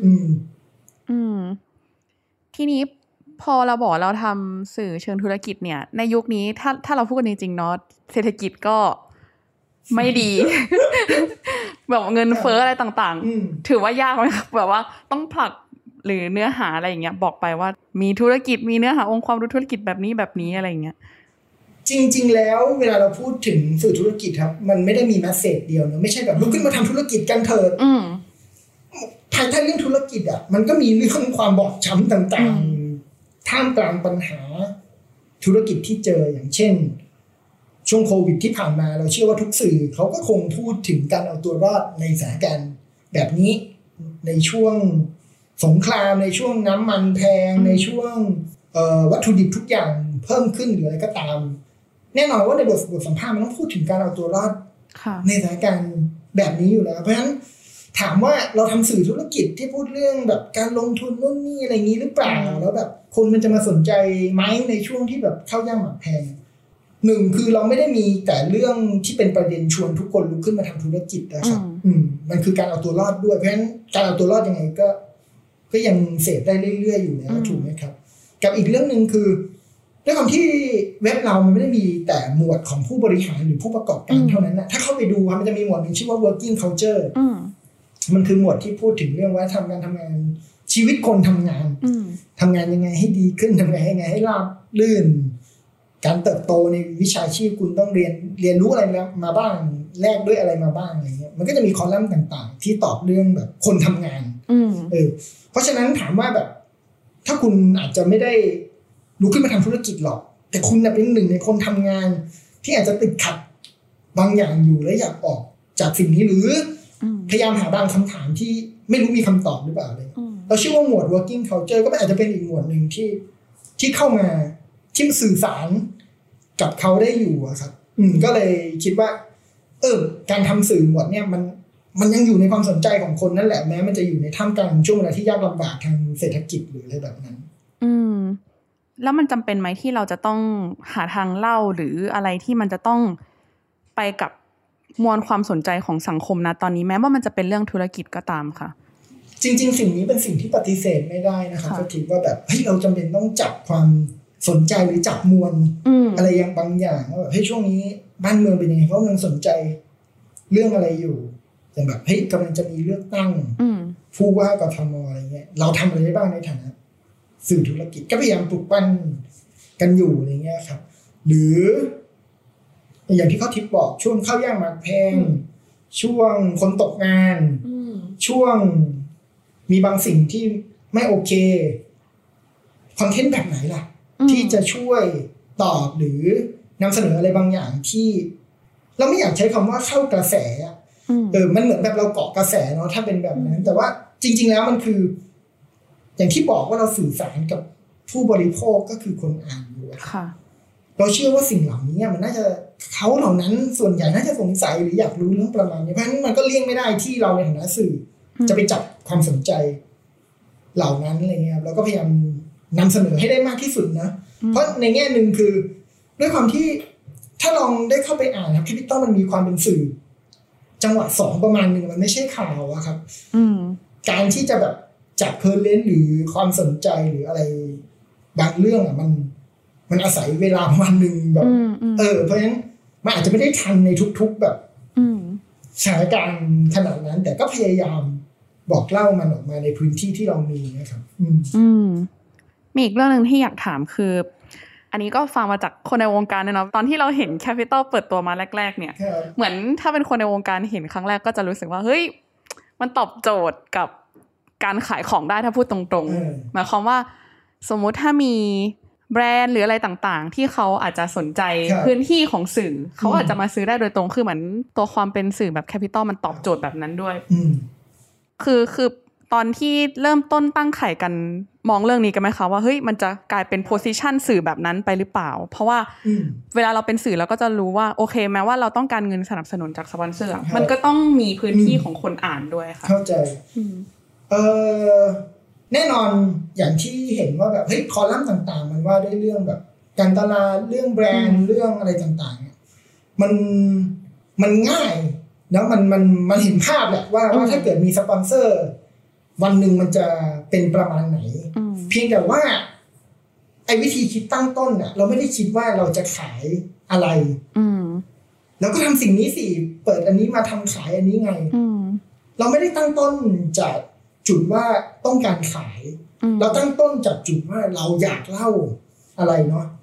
ทีนี้พอเราบอกเราทำสื่อเชิงธุรกิจเนี่ยในยุคนี้ถ้าเราพูดกันจริงๆเนาะเศรษฐกิจก็ไม่ดี แบบเงินเฟ้ออะไรต่างๆถือว่ายากไหมแบบว่าต้องผลักหรือเนื้อหาอะไรอย่างเงี้ยบอกไปว่ามีธุรกิจมีเนื้อหาองค์ความรู้ธุรกิจแบบนี้อะไรอย่างเงี้ยจริงๆแล้วเวลาเราพูดถึงสื่อธุรกิจครับมันไม่ได้มีแมสเสจเดียวนะไม่ใช่แบบลุกขึ้นมาทำธุรกิจกันเถิดภายใต้เรื่องธุรกิจอ่ะมันก็มีเรื่องความบอบช้ำต่างๆท่ามกลางปัญหาธุรกิจที่เจออย่างเช่นช่วงโควิดที่ผ่านมาเราเชื่อว่าทุกสื่อเขาก็คงพูดถึงการเอาตัวรอดในสถานการณ์แบบนี้ในช่วงสงครามในช่วงน้ำมันแพงในช่วงวัตถุดิบทุกอย่างเพิ่มขึ้นหรืออะไรก็ตามแน่นอนว่าในบทสัมภาษณ์มันต้องพูดถึงการเอาตัวรอดในสถานการณ์แบบนี้อยู่แล้วเพราะฉะนั้นถามว่าเราทำสื่อธุรกิจที่พูดเรื่องแบบการลงทุนนู่นนี่อะไรอย่างนี้หรือเปล่าแล้วแบบคนมันจะมาสนใจไหมในช่วงที่แบบข้าวยากหมากแพงหนึ่งคือเราไม่ได้มีแต่เรื่องที่เป็นประเด็นชวนทุกคนลุกขึ้นมาทำธุรกิจนะครับมันคือการเอาตัวรอดด้วยเพราะฉะนั้นการเอาตัวรอดยังไงก็ยังเสพได้เรื่อยๆอยู่แล้วถูกไหมครับกับอีกเรื่องนึงคือด้วยความที่เว็บเรามันไม่ได้มีแต่หมวดของผู้บริหารหรือผู้ประกอบการเท่านั้นนะถ้าเข้าไปดูมันจะมีหมวดนึงชื่อว่า working culture มันคือหมวดที่พูดถึงเรื่องว่าทำงานชีวิตคนทำงานยังไงให้ดีขึ้นทำยังไงให้ราบรื่นการเติบโตในวิชาชีพคุณต้องเรียนรู้อะไรมาบ้างแลกด้วยอะไรมาบ้างอะไรเงี้ยมันก็จะมีคอลัมน์ต่างๆที่ตอบเรื่องแบบคนทำงานเพราะฉะนั้นถามว่าแบบถ้าคุณอาจจะไม่ได้ลุกขึ้นมาทำธุรกิจหรอกแต่คุณเป็นหนึ่งในคนทำงานที่อาจจะติดขัดบางอย่างอยู่และอยากออกจากสิ่งนี้หรือพยายามหาบางคำถามที่ไม่รู้มีคำตอบหรือเปล่าเลยเราเชื่อว่าหมวด working culture ก็อาจจะเป็นอีกหมวดหนึ่งที่เข้ามาที่สื่อสารกับเขาได้อยู่ครับก็เลยคิดว่าการทำสื่อหมวดเนี่ยมันยังอยู่ในความสนใจของคนนั่นแหละแม้มันจะอยู่ในท่ามกลางช่วงเวลาที่ยากลำบากทางเศรษฐกิจหรืออะไรแบบนั้นแล้วมันจำเป็นไหมที่เราจะต้องหาทางเล่าหรืออะไรที่มันจะต้องไปกับมวลความสนใจของสังคมนะตอนนี้แม้ว่ามันจะเป็นเรื่องธุรกิจก็ตามค่ะจริงๆสิ่งนี้เป็นสิ่งที่ปฏิเสธไม่ได้นะครับก็คิดว่าแบบเราจำเป็นต้องจับความสนใจหรือจับมวลอะไรอย่างบางอย่างว่าแบบช่วงนี้บ้านเมืองเป็นยังไงเขากำลังสนใจเรื่องอะไรอยู่อย่างแบบกำลังจะมีเลือกตั้งผู้ว่ากทมอะไรเงี้ยเราทำอะไรได้บ้างในฐานะสื่อธุรกิจก็พยายามปลุกปั้นกันอยู่อะไรเงี้ยครับหรืออย่างที่เขาทิปบอกช่วงข้าวยากหมากแพงช่วงคนตกงานช่วงมีบางสิ่งที่ไม่โอเคคอนเทนต์แบบไหนล่ะที่จะช่วยตอบหรือนำเสนออะไรบางอย่างที่เราไม่อยากใช้คำว่าเข้ากระแสมันเหมือนแบบเราเกาะกระแสเนาะถ้าเป็นแบบนั้นแต่ว่าจริงๆแล้วมันคืออย่างที่บอกว่าเราสื่อสารกับผู้บริโภคก็คือคนอ่านอยู่ค่ะเราเชื่อว่าสิ่งเหล่านี้มันน่าจะเขาเหล่านั้นส่วนใหญ่น่าจะสงสัยหรืออยากรู้เรื่องประมาณนี้เพราะฉะนั้นมันก็เลี่ยงไม่ได้ที่เราในฐานะสื่อจะไปจับความสนใจเหล่านั้นอะไรเงี้ยเราก็พยายามนำเสนอให้ได้มากที่สุดนะเพราะในแง่นึงคือด้วยความที่ถ้าลองได้เข้าไปอ่านครับCapitalมันมีความเป็นสื่อจังหวะ2ประมาณนึงมันไม่ใช่ข่าวอะครับการที่จะแบบจับเพอร์เลนหรือความสนใจหรืออะไรบางเรื่องอะมันอาศัยเวลาประมาณนึงแบบเพราะฉะนั้นมันอาจจะไม่ได้ทันในทุกๆแบบสถานการณ์ขนาดนั้นแต่ก็พยายามบอกเล่ามันออกมาในพื้นที่ที่เรามีนะครับมีอีกเรื่องนึงที่อยากถามคืออันนี้ก็ฟังมาจากคนในวงการเนี่ยเนาะตอนที่เราเห็น Capital เปิดตัวมาแรกๆเนี่ยเหมือนถ้าเป็นคนในวงการเห็นครั้งแรกก็จะรู้สึกว่าเฮ้ยมันตอบโจทย์กับการขายของได้ถ้าพูดตรงๆหมายความว่าสมมุติถ้ามีแบรนด์หรืออะไรต่างๆที่เขาอาจจะสนใจพื้นที่ของสื่อเขาอาจจะมาซื้อได้โดยตรงคือเหมือนตัวความเป็นสื่อแบบ Capital มันตอบโจทย์แบบนั้นด้วยคือตอนที่เริ่มต้นตั้งไข่กันมองเรื่องนี้กันไหมคะว่าเฮ้ยมันจะกลายเป็นโพสิชันสื่อแบบนั้นไปหรือเปล่าเพราะว่าเวลาเราเป็นสื่อเราก็จะรู้ว่าโอเคแม้ว่าเราต้องการเงินสนับสนุนจากสปอนเซอร์มันก็ต้องมีพื้นที่ของคนอ่านด้วยค่ะเข้าใจแน่นอนอย่างที่เห็นว่าแบบคอลัมน์ต่างๆมันว่าด้วยเรื่องแบบการตลาดเรื่องแบรนด์เรื่องอะไรต่างๆมันง่ายแล้วมันเห็นภาพแหละว่าถ้าเกิดมีสปอนเซอร์วันหนึ่งมันจะเป็นประมาณไหนเพียงแต่ว่าไอ้วิธีคิดตั้งต้นน่ะเราไม่ได้คิดว่าเราจะขายอะไรแล้วก็ทำสิ่งนี้สิเปิดอันนี้มาทำขายอันนี้ไงเราไม่ได้ตั้งต้นจากจุดว่าต้องการขายเราตั้งต้นจากจุดว่าเราอยากเล่าอะไรเนาะ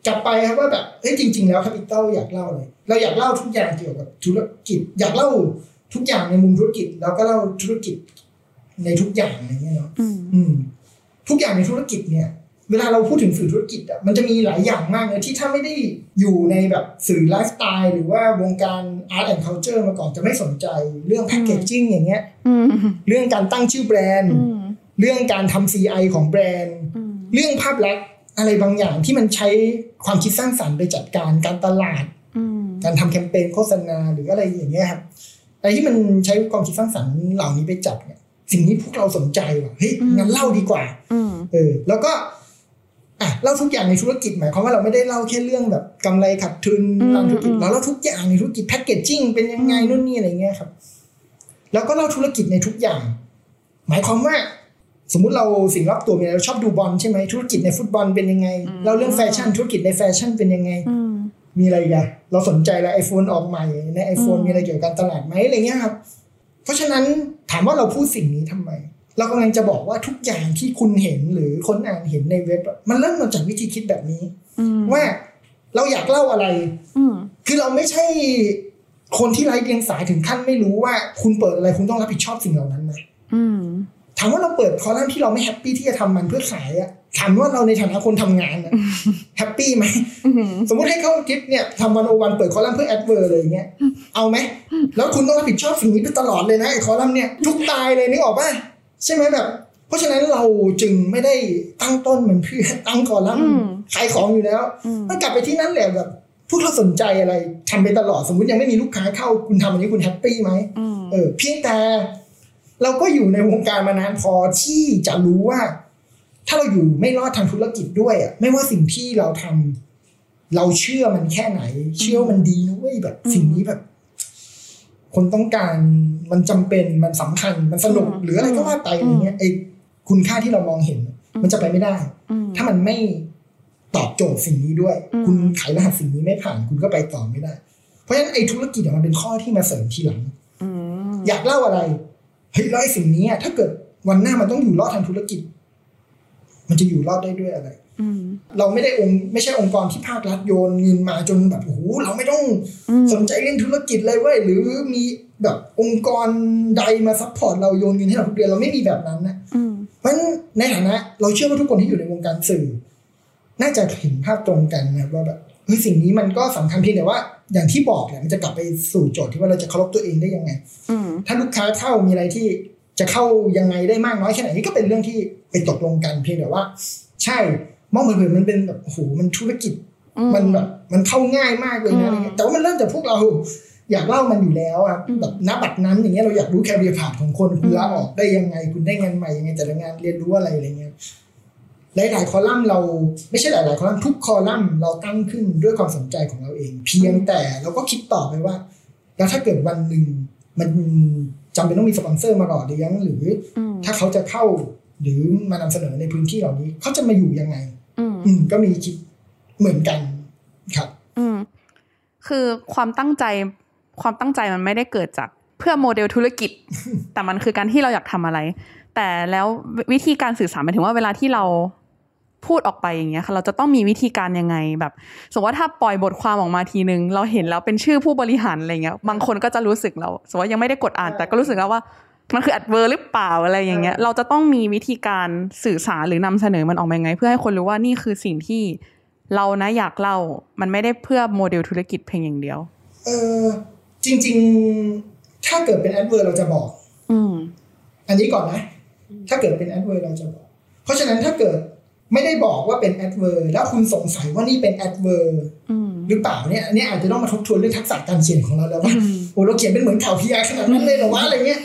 กลับไปครับว่าแบบจริงๆแล้วคาปิตอลอยากเล่าเลยเราอยากเล่าทุกอย่างเกี่ยวกับธุรกิจอยากเล่าทุกอย่างในมุมธุรกิจแล้วก็เล่าธุรกิจในทุกอย่างอะไรเงี้ยเนาะทุกอย่างในธุรกิจเนี่ยเวลาเราพูดถึงสื่อธุรกิจอ่ะมันจะมีหลายอย่างมากเลยที่ถ้าไม่ได้อยู่ในแบบสื่อไลฟ์สไตล์หรือว่าวงการอาร์ตแอนด์คัลเจอร์มาก่อนจะไม่สนใจเรื่องแพคเกจจิ้งอย่างเงี้ยเรื่องการตั้งชื่อแบรนด์เรื่องการทำ CI ของแบรนด์เรื่องภาพลักษณ์อะไรบางอย่างที่มันใช้ความคิดสร้างสรรค์ไปจัดการการตลาดการทำแคมเปญโฆษณาหรืออะไรอย่างเงี้ยครับอะไรที่มันใช้ความคิดสร้างสรรค์เหล่านี้ไปจับเนี่ยสิ่งนี้พวกเราสนใจว่ะเฮ้ยงั้นเล่าดีกว่าแล้วก็เล่าทุกอย่างในธุรกิจหมายความว่าเราไม่ได้เล่าแค่เรื่องแบบกำไรขาดทุนรันธุรกิจเราเล่าทุกอย่างในธุรกิจแพคเกจจิ้งเป็นยังไงนู่นนี่อะไรเงี้ยครับแล้วก็เล่าธุรกิจในทุกอย่างหมายความว่าสมมุติเราสิ่งรอบตัวมีเราชอบดูบอลใช่ไหมธุรกิจในฟุตบอลเป็นยังไงเราเรื่องแฟชั่นธุรกิจในแฟชั่นเป็นยังไงมีอะไรอีกเราสนใจแล้ว iPhone ออกใหม่ใน iPhone มีอะไรเกี่ยวกับการตลาดไหมอะไรเงี้ยครับเพราะฉะนั้นถามว่าเราพูดสิ่งนี้ทำไมเรากำลังจะบอกว่าทุกอย่างที่คุณเห็นหรือคนอ่านเห็นในเว็บมันเริ่มมาจากวิธีคิดแบบนี้ว่าเราอยากเล่าอะไรคือเราไม่ใช่คนที่ไร้เดียงสาถึงขั้นไม่รู้ว่าคุณเปิดอะไรคุณต้องรับผิดชอบสิ่งเหล่านั้นนะถามว่าเราเปิดคอลัมน์ที่เราไม่แฮปปี้ที่จะทำมันเพื่อขายอะถามว่าเราในฐานะคนทำงานอะแฮปปี้ไหมสมมติให้เขาคิดเนี่ยทำ101เปิดคอลัมน์เพื่อแอดเวอร์เลยอย่างเงี้ยเอาไหมแล้วคุณต้องรับผิดชอบสิ่งนี้ไปตลอดเลยนะไอ้คอลัมน์เนี่ยทุกตายเลยนึกออกป่ะใช่ไหมแบบเพราะฉะนั้นเราจึงไม่ได้ตั้งต้นมันเพื่อตั้งคอลัมน์ขายของอยู่แล้วมันกลับไปที่นั่นแหละแบบพวกเราสนใจอะไรทำไปตลอดสมมุติยังไม่มีลูกค้าเข้าคุณทำอันนี้คุณแฮปปี้ไหมเพียงแต่เราก็อยู่ในวงการมานานพอที่จะรู้ว่าถ้าเราอยู่ไม่รอดทางธุรกิจด้วยอ่ะไม่ว่าสิ่งที่เราทำเราเชื่อมันแค่ไหนเชื่อมันดีนะเว้ยแบบสิ่งนี้แบบคนต้องการมันจำเป็นมันสำคัญมันสนุกหรืออะไรก็ว่าไปอะไรเงี้ยไอ้คุณค่าที่เรามองเห็นมันจะไปไม่ได้ถ้ามันไม่ตอบโจทย์สิ่งนี้ด้วยคุณไขรหัสสิ่งนี้ไม่ผ่านคุณก็ไปต่อไม่ได้เพราะฉะนั้นไอ้ธุรกิจมันเป็นข้อที่มาเสริมทีหลังอยากเล่าอะไรเฮ้ยแล้วไอ้สิ่งนี้ถ้าเกิดวันหน้ามันต้องอยู่รอดทางธุรกิจมันจะอยู่รอดได้ด้วยอะไรเราไม่ใช่องค์กรที่ภาครัฐโยนเงินมาจนแบบโอ้โหเราไม่ต้องสนใจเรื่องธุรกิจเลยเว้ยหรือมีแบบองค์กรใดมาซัพพอร์ตเราโยนเงินให้เราทุกเดือนเราไม่มีแบบนั้นนะเพราะฉะนั้นในฐานะเราเชื่อว่าทุกคนที่อยู่ในวงการสื่อน่าจะเห็นภาพตรงกันนะว่าแบบสิ่งนี้มันก็สำคัญเพียงแต่ว่าอย่างที่บอกแหละมันจะกลับไปสู่โจทย์ที่ว่าเราจะเคารพตัวเองได้ยังไงถ้าลูกค้าเข้ามีอะไรที่จะเข้ายังไงได้มากน้อยแค่ไหนนี่ก็เป็นเรื่องที่ไปตกลงกันเพียงแต่ว่าใช่มองเหมือนมันเป็นแบบโอ้โหมันธุรกิจมันแบบมันเข้าง่ายมากเลยนะอะไรเงี้ยแต่ว่ามันเริ่มจากพวกเราอยากเล่ามันอยู่แล้วครับแบบณบัดนั้นอย่างเงี้ยเราอยากรู้แคริเอร์พาธของคนคุณลาออกได้ยังไงคุณได้งานใหม่ยังไงแต่ละงานเรียนรู้อะไรเงี้ยหลายๆคอลัมน์เราไม่ใช่หลายๆคอลัมน์ทุกคอลัมน์เราตั้งขึ้นด้วยความสนใจของเราเองเพียงแต่เราก็คิดต่อไปว่าแล้วถ้าเกิดวันหนึ่งมันจำเป็นต้องมีสปอนเซอร์มาหล่อเลี้ยงหรือถ้าเขาจะเข้าหรือมานำเสนอในพื้นที่เหล่านี้เขาจะมาอยู่ยังไงก็มีคิดเหมือนกันครับคือความตั้งใจมันไม่ได้เกิดจากเพื่อโมเดลธุรกิจ แต่มันคือการที่เราอยากทำอะไรแต่แล้ววิธีการสื่อสารหมายถึงว่าเวลาที่เราพูดออกไปอย่างเงี้ยค่ะเราจะต้องมีวิธีการยังไงแบบสมมติว่าถ้าปล่อยบทความออกมาทีนึงเราเห็นแล้วเป็นชื่อผู้บริหารอะไรเงี้ยบางคนก็จะรู้สึกเราสมมติว่ายังไม่ได้กดอ่านแต่ก็รู้สึกแล้วว่ามันคือแอดเวอร์หรือเปล่าอะไรอย่างเงี้ยเราจะต้องมีวิธีการสื่อสารหรือนำเสนอมันออกมายังไงเพื่อให้คนรู้ว่านี่คือสิ่งที่เรานะอยากเล่ามันไม่ได้เพื่อโมเดลธุรกิจเพียงอย่างเดียวจริงๆถ้าเกิดเป็นแอดเวอร์เราจะบอกอันนี้ก่อนนะถ้าเกิดเป็นแอดเวอร์เราจะบอกเพราะฉะนั้นถ้าเกิดไม่ได้บอกว่าเป็นแอดเวอร์แล้วคุณสงสัยว่านี่เป็นแอดเวอร์หรือเปล่าเนี่ยอันนี้อาจจะต้องมาทบทวนเรื่องทักษะการเขียนของเราแล้วว่าโอ้เราเขียนเป็นเหมือนข่าว PR ขนาดนั้นเลยเหรอวะอะไรเงี้ย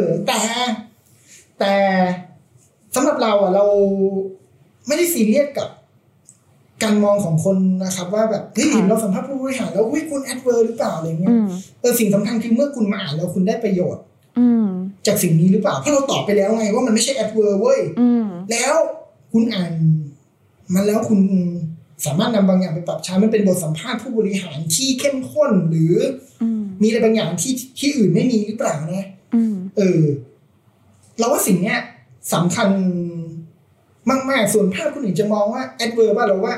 แต่สำหรับเราอ่ะเราไม่ได้ซีเรียสกับการมองของคนนะครับว่าแบบเฮ้ยเราสัมภาษณ์ผู้บริหารแล้วเฮ้ยคุณแอดเวอร์หรือเปล่าอะไรเงี้ยสิ่งสำคัญคือเมื่อคุณมาอ่านแล้วคุณได้ประโยชน์จากสิ่งนี้หรือเปล่าเพราะเราตอบไปแล้วไงว่ามันไม่ใช่แอดเวอร์เว้ยแล้วคุณอ่านมันแล้วคุณสามารถนำบางอย่างไปปรับใช้มันเป็นบทสัมภาษณ์ผู้บริหารที่เข้มข้นหรือมีอะไรบางอย่างที่อื่นไม่มีหรือเปล่านะเราว่าสิ่งเนี้ยสำคัญมากๆส่วนภาพคุณอื่นจะมองว่าแอดเวอร์ว่าเราว่า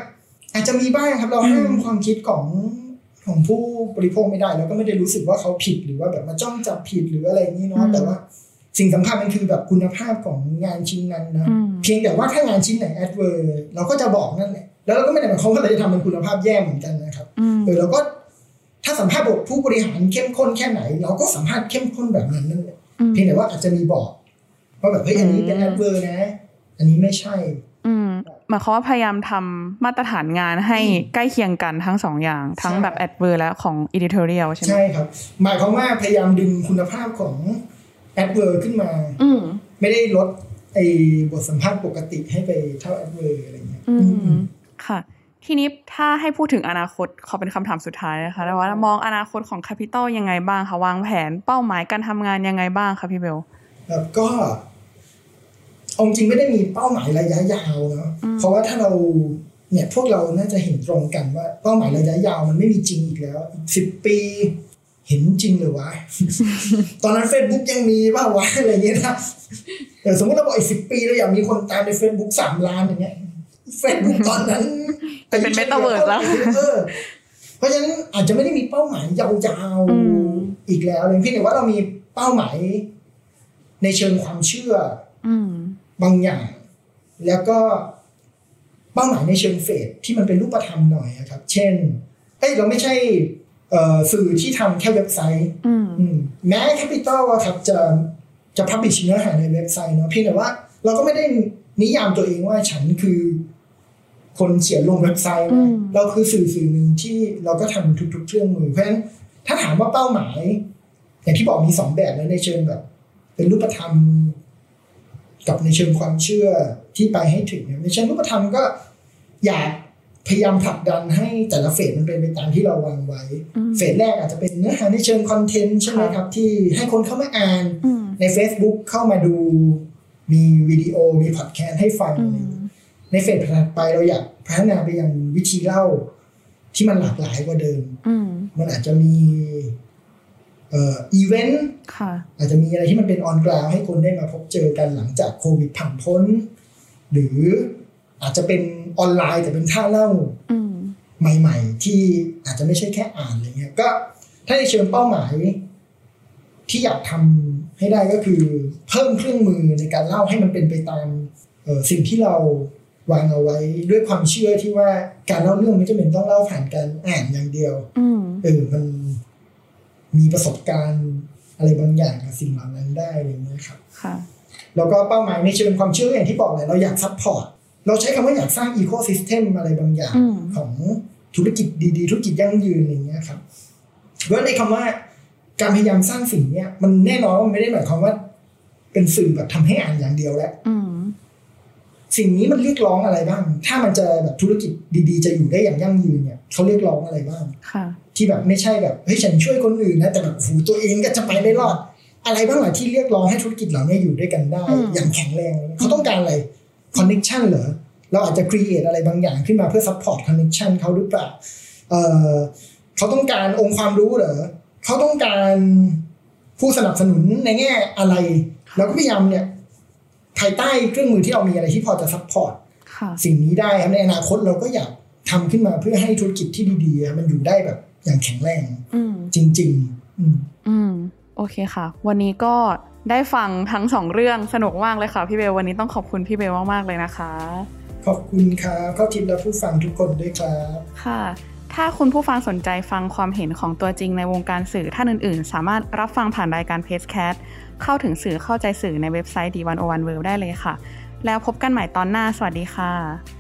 อาจจะมีบ้างครับเราห้ามความคิดของผู้บริโภคไม่ได้แล้วก็ไม่ได้รู้สึกว่าเขาผิดหรือว่าแบบมาจ้องจับผิดหรืออะไรนี้เนาะแต่ว่าสิ่งสำคัญมันคือแบบคุณภาพของงานชิ้นนั้นนะเพียงแต่ว่าถ้างานชิ้นไหนแอดเวอร์เราก็จะบอกนั่นแหละแล้วเราก็ไม่ได้หมายความว่าเราจะทำเป็นคุณภาพแย่เหมือนกันนะครับเราก็ถ้าสัมภาษณ์บทผู้บริหารเข้มข้นแค่ไหนเราก็สัมภาษณ์เข้มข้นแบบนั้นนั่นแหละเพียงแต่ว่าอาจจะมีบอกว่าแบบเฮ้ยอันนี้เป็นแอดเวอร์นะอันนี้ไม่ใช่หมายความว่าพยายามทำมาตรฐานงานให้ใกล้เคียงกันทั้งสองอย่างทั้งแบบแอดเวอร์และของ editorial ใช่ไหมใช่ครับหมายความว่าพยายามดึงคุณภาพของแอดเวอร์ขึ้นมาไม่ได้ลดไอ้บทสัมภาษณ์ปกติให้ไปเท่าแอดเวอร์อะไรเงี้ยค่ะทีนี้ถ้าให้พูดถึงอนาคตขอเป็นคำถามสุดท้ายนะคะแล้วว่ามองอนาคตของ Capital ยังไงบ้างคะวางแผนเป้าหมายการทำงานยังไงบ้างคะพี่เบลก็จริงไม่ได้มีเป้าหมายระยะยาวเนาะเพราะว่าถ้าเราเนี่ยพวกเราน่าจะเห็นตรงกันว่าเป้าหมายระยะยาวมันไม่มีจริงอีกแล้วอีก10 ปีเห็นจริงเลยวะ ตอนนั้น Facebook ยังมีป่าววะอะไรเงี้ยนะสมมติเราบอกอีก10 ปีเราอยากมีคนตามใน Facebook 3 ล้านอย่างเงี้ย Facebook ตอนนั้นเป็นเมตาเวิร์สแล้วเพราะฉะนั้นอาจจะไม่ได้มีเป้าหมายยาวๆอีกแล้วเลยเพียงแต่ว่าเรามีเป้าหมายในเชิงความเชื่อบางอย่างแล้วก็เป้าหมายในเชิงเฟสที่มันเป็นรูปธรรมหน่อยครับเช่นเราไม่ใช่สื่อที่ทำแค่เว็บไซต์แม้ Capital ครับจะพับลิชเนื้อหาในเว็บไซต์เนาะเพียงแต่ว่าเราก็ไม่ได้นิยามตัวเองว่าฉันคือคนเขียนลงเว็บไซต์นะเราคือสื่อหนึ่งที่เราก็ทำทุกๆเครื่องมือเพราะฉะนั้นถ้าถามว่าเป้าหมายอย่างที่บอกมี2แบบนะในเชิงแบบเป็นรูปธรรมกับในเชิงความเชื่อที่ไปให้ถึงในเชิงรูปธรรมก็อยากพยายามผลักดันให้แต่ละเฟสมันเป็นไปตามที่เราวางไว้เฟสแรกอาจจะเป็นเนื้อหาในเชิงคอนเทนต์ใช่ไหมครับที่ให้คนเข้ามาอ่านใน Facebook เข้ามาดูมีวิดีโอมีพอดแคสต์ให้ฟังในเฟสถัดไปเราอยากพัฒนาไปยังวิธีเล่าที่มันหลากหลายกว่าเดิมมันอาจจะมีอีเวนต์อาจจะมีอะไรที่มันเป็นออนกราวด์ให้คนได้มาพบเจอกันหลังจากโควิดผ่านพ้นหรืออาจจะเป็นออนไลน์แต่เป็นท่าเล่าใหม่ๆที่อาจจะไม่ใช่แค่อ่านอะไรเงี้ยก็ถ้าในเชิงเป้าหมายที่อยากทำให้ได้ก็คือเพิ่มเครื่องมือในการเล่าให้มันเป็นไปตามสิ่งที่เราวางเอาไว้ด้วยความเชื่อที่ว่าการเล่าเรื่องไม่จำเป็นต้องเล่าผ่านการอ่านอย่างเดียวมันมีประสบการณ์อะไรบางอย่างกับสิ่งเหล่านั้นได้อะไรเงี้ยครับแล้วก็เป้าหมายในเชิงความเชื่ออย่างที่บอกเลยเราอยากซัพพอร์ตเราใช้คำว่าอยากสร้างอีโคซิสเต็มอะไรบางอย่างของธุรกิจดีๆธุรกิจยั่งยืนอย่างเงี้ยครับเพราะในคำว่าการพยายามสร้างสิ่งเนี้ยมันแน่นอนว่ามันไม่ได้หมายความว่าเป็นสื่อแบบทำให้อ่านอย่างเดียวแล้วสิ่งนี้มันเรียกร้องอะไรบ้างถ้ามันจะแบบธุรกิจดีๆจะอยู่ได้อย่างยั่งยืนเนี่ยเขาเรียกร้องอะไรบ้างที่แบบไม่ใช่แบบเฮ้ยฉันช่วยคนอื่นนะแต่แบบตัวเองก็จะไปไม่รอดอะไรบ้างล่ะที่เรียกร้องให้ธุรกิจเหล่านี้อยู่ด้วยกันได้อย่างแข็งแรงเขาต้องการอะไรคอนเนคชั่นเหรอเราอาจจะครีเอทอะไรบางอย่างขึ้นมาเพื่อซัพพอร์ตคอนเนคชั่นเขาหรือเปล่าเขาต้องการองค์ความรู้เหรอเขาต้องการผู้สนับสนุนในแง่อะไรเราก็พยายามเนี่ยภายใต้เครื่องมือที่เรามีอะไรที่พอจะซัพพอร์ตสิ่งนี้ได้ครับในอนาคตเราก็อยากทำขึ้นมาเพื่อให้ธุรกิจที่ดีๆมันอยู่ได้แบบอย่างแข็งแรงจริงๆโอเคค่ะวันนี้ก็ได้ฟังทั้ง2เรื่องสนุกมากเลยค่ะพี่เบลวันนี้ต้องขอบคุณพี่เบลมากๆเลยนะคะขอบคุณครับข้อทิพย์และผู้ฟังทุกคนด้วยครับค่ะถ้าคุณผู้ฟังสนใจฟังความเห็นของตัวจริงในวงการสื่อท่านอื่นๆสามารถรับฟังผ่านรายการ Pagecast เข้าถึงสื่อเข้าใจสื่อในเว็บไซต์ D101 World ได้เลยค่ะแล้วพบกันใหม่ตอนหน้าสวัสดีค่ะ